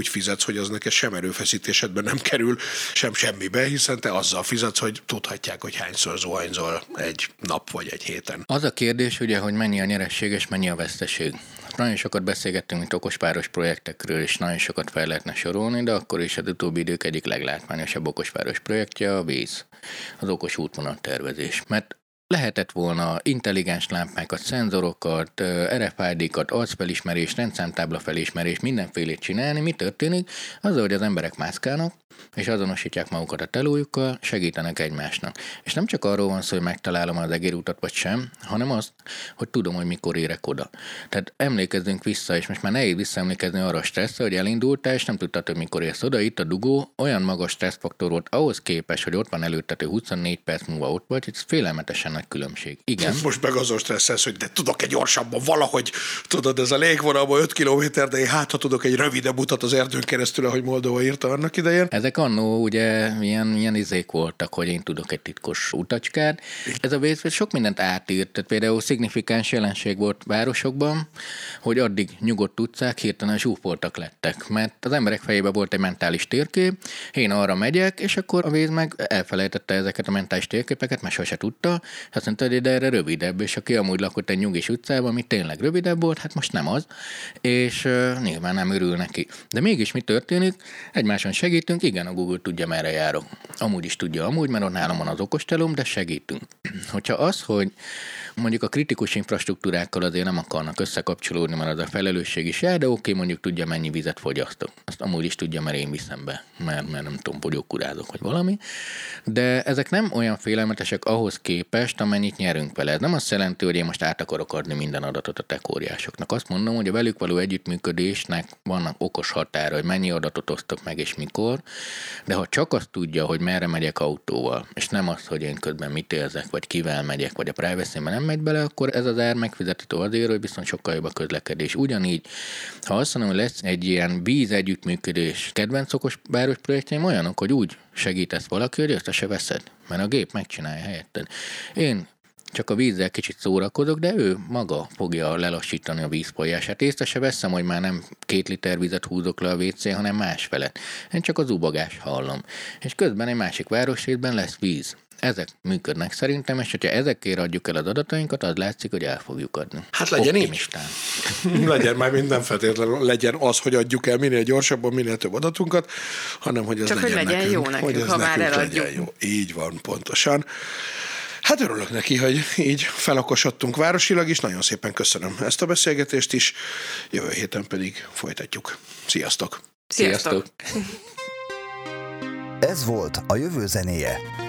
fizetsz, hogy az neked sem erőfeszítésedben nem kerül, sem semmibe, hiszen te azzal fizetsz, hogy tudhatják, hogy hányszor zuhanyzol egy nap vagy egy héten. Az a kérdés ugye, hogy mennyi a nyeresség és mennyi a veszteség. Nagyon sokat beszélgettünk itt okosváros projektekről, és nagyon sokat fel lehetne sorolni, de akkor is az utóbbi idők egyik leglátványosabb okosváros projektje a víz, az okos útvonal tervezés. Mert lehetett volna intelligens lámpákat, szenzorokat, RFID-kat, arcfelismerés, rendszámtábla felismerés, mindenfélét csinálni. Mi történik? Azzal, hogy az emberek mászkálnak, és azonosítják magukat a telójukkal, segítenek egymásnak. És nem csak arról van szó, hogy megtalálom az egérutat vagy sem, hanem azt, hogy tudom, hogy mikor érek oda. Tehát emlékezzünk vissza, és most már nehéz visszaemlékezni arra a stresszre, hogy elindultál, és nem tudtad, hogy mikor érsz oda. Itt a dugó olyan magas stresszfaktor volt ahhoz képest, hogy ott van előtted, 24 perc múlva ott volt, ez félelmetesen nagy különbség. Igen. Most meg azon stresszesz, hogy de tudok egy gyorsabban valahogy, tudod, ez a légvonalban 5 kilométer, de én ha tudok egy rövidebb utat az erdőn keresztül, ahogy Moldova írta annak idején. Ezek annó ugye ilyen izék voltak, hogy én tudok egy titkos utacskát. Ez a vészvész sok mindent átírt, tehát például szignifikáns jelenség volt városokban, hogy addig nyugodt utcák hirtelen zsúfoltak lettek, mert az emberek fejében volt egy mentális térkép, én arra megyek, és akkor a víz meg elfelejtette ezeket a mentális térképeket, mert sose tudta, és azt mondta, hogy de erre rövidebb, és aki amúgy lakott egy nyugis utcában, ami tényleg rövidebb volt, hát most nem az, és nyilván nem örül neki. De mégis mi történik? Egymáson segítünk, igen, a Google tudja, merre járok. Amúgy is tudja, mert ott nálam van az okostelóm, de segítünk. Hogyha az, hogy mondjuk a kritikus infrastruktúrákkal azért nem akarnak összekapcsolódni, mert az a felelősség is jár, de oké, mondjuk tudja, mennyi vizet fogyasztok. Azt amúgy is tudja, mert én viszem be, mert nem tudom, fogyókurázok, vagy valami. De ezek nem olyan félelmetesek ahhoz képest, amennyit nyerünk vele. Ez nem azt jelenti, hogy én most át akarok adni minden adatot a tech óriásoknak. Azt mondom, hogy a velük való együttműködésnek vannak okos határa, hogy mennyi adatot osztok meg és mikor, de ha csak azt tudja, hogy merre megyek autóval, és nem azt, hogy én közben mit érzek, vagy kivel megyek, vagy a privacy-ben nem megy bele, akkor ez az ár megfizethető azért, hogy viszont sokkal jobb a közlekedés. Ugyanígy, ha azt mondom, hogy lesz egy ilyen víz együttműködés, kedvenc okosváros projektjeim olyanok, hogy úgy segítesz valaki, hogy ezt se veszed, mert a gép megcsinálja helyetted. Én csak a vízzel kicsit szórakozok, de ő maga fogja lelassítani a vízfolyását. Észre se veszem, hogy már nem 2 liter vizet húzok le a WC, hanem másfelet. Én csak az ubogást hallom. És közben egy másik városrészben lesz víz. Ezek működnek szerintem, és hogyha ezekért adjuk el az adatainkat, az látszik, hogy el fogjuk adni. Hát legyen így. Legyen már minden feltétlenül, legyen az, hogy adjuk el minél gyorsabban, minél több adatunkat, hanem hogy ez csak legyen hogy legyen nekünk, jó nekünk, ha már eladjuk. Jó. Így van, pontosan. Hát örülök neki, hogy így felokosodtunk városilag is. Nagyon szépen köszönöm ezt a beszélgetést is. Jövő héten pedig folytatjuk. Sziasztok! Sziasztok! Ez volt a Jövő zenéje.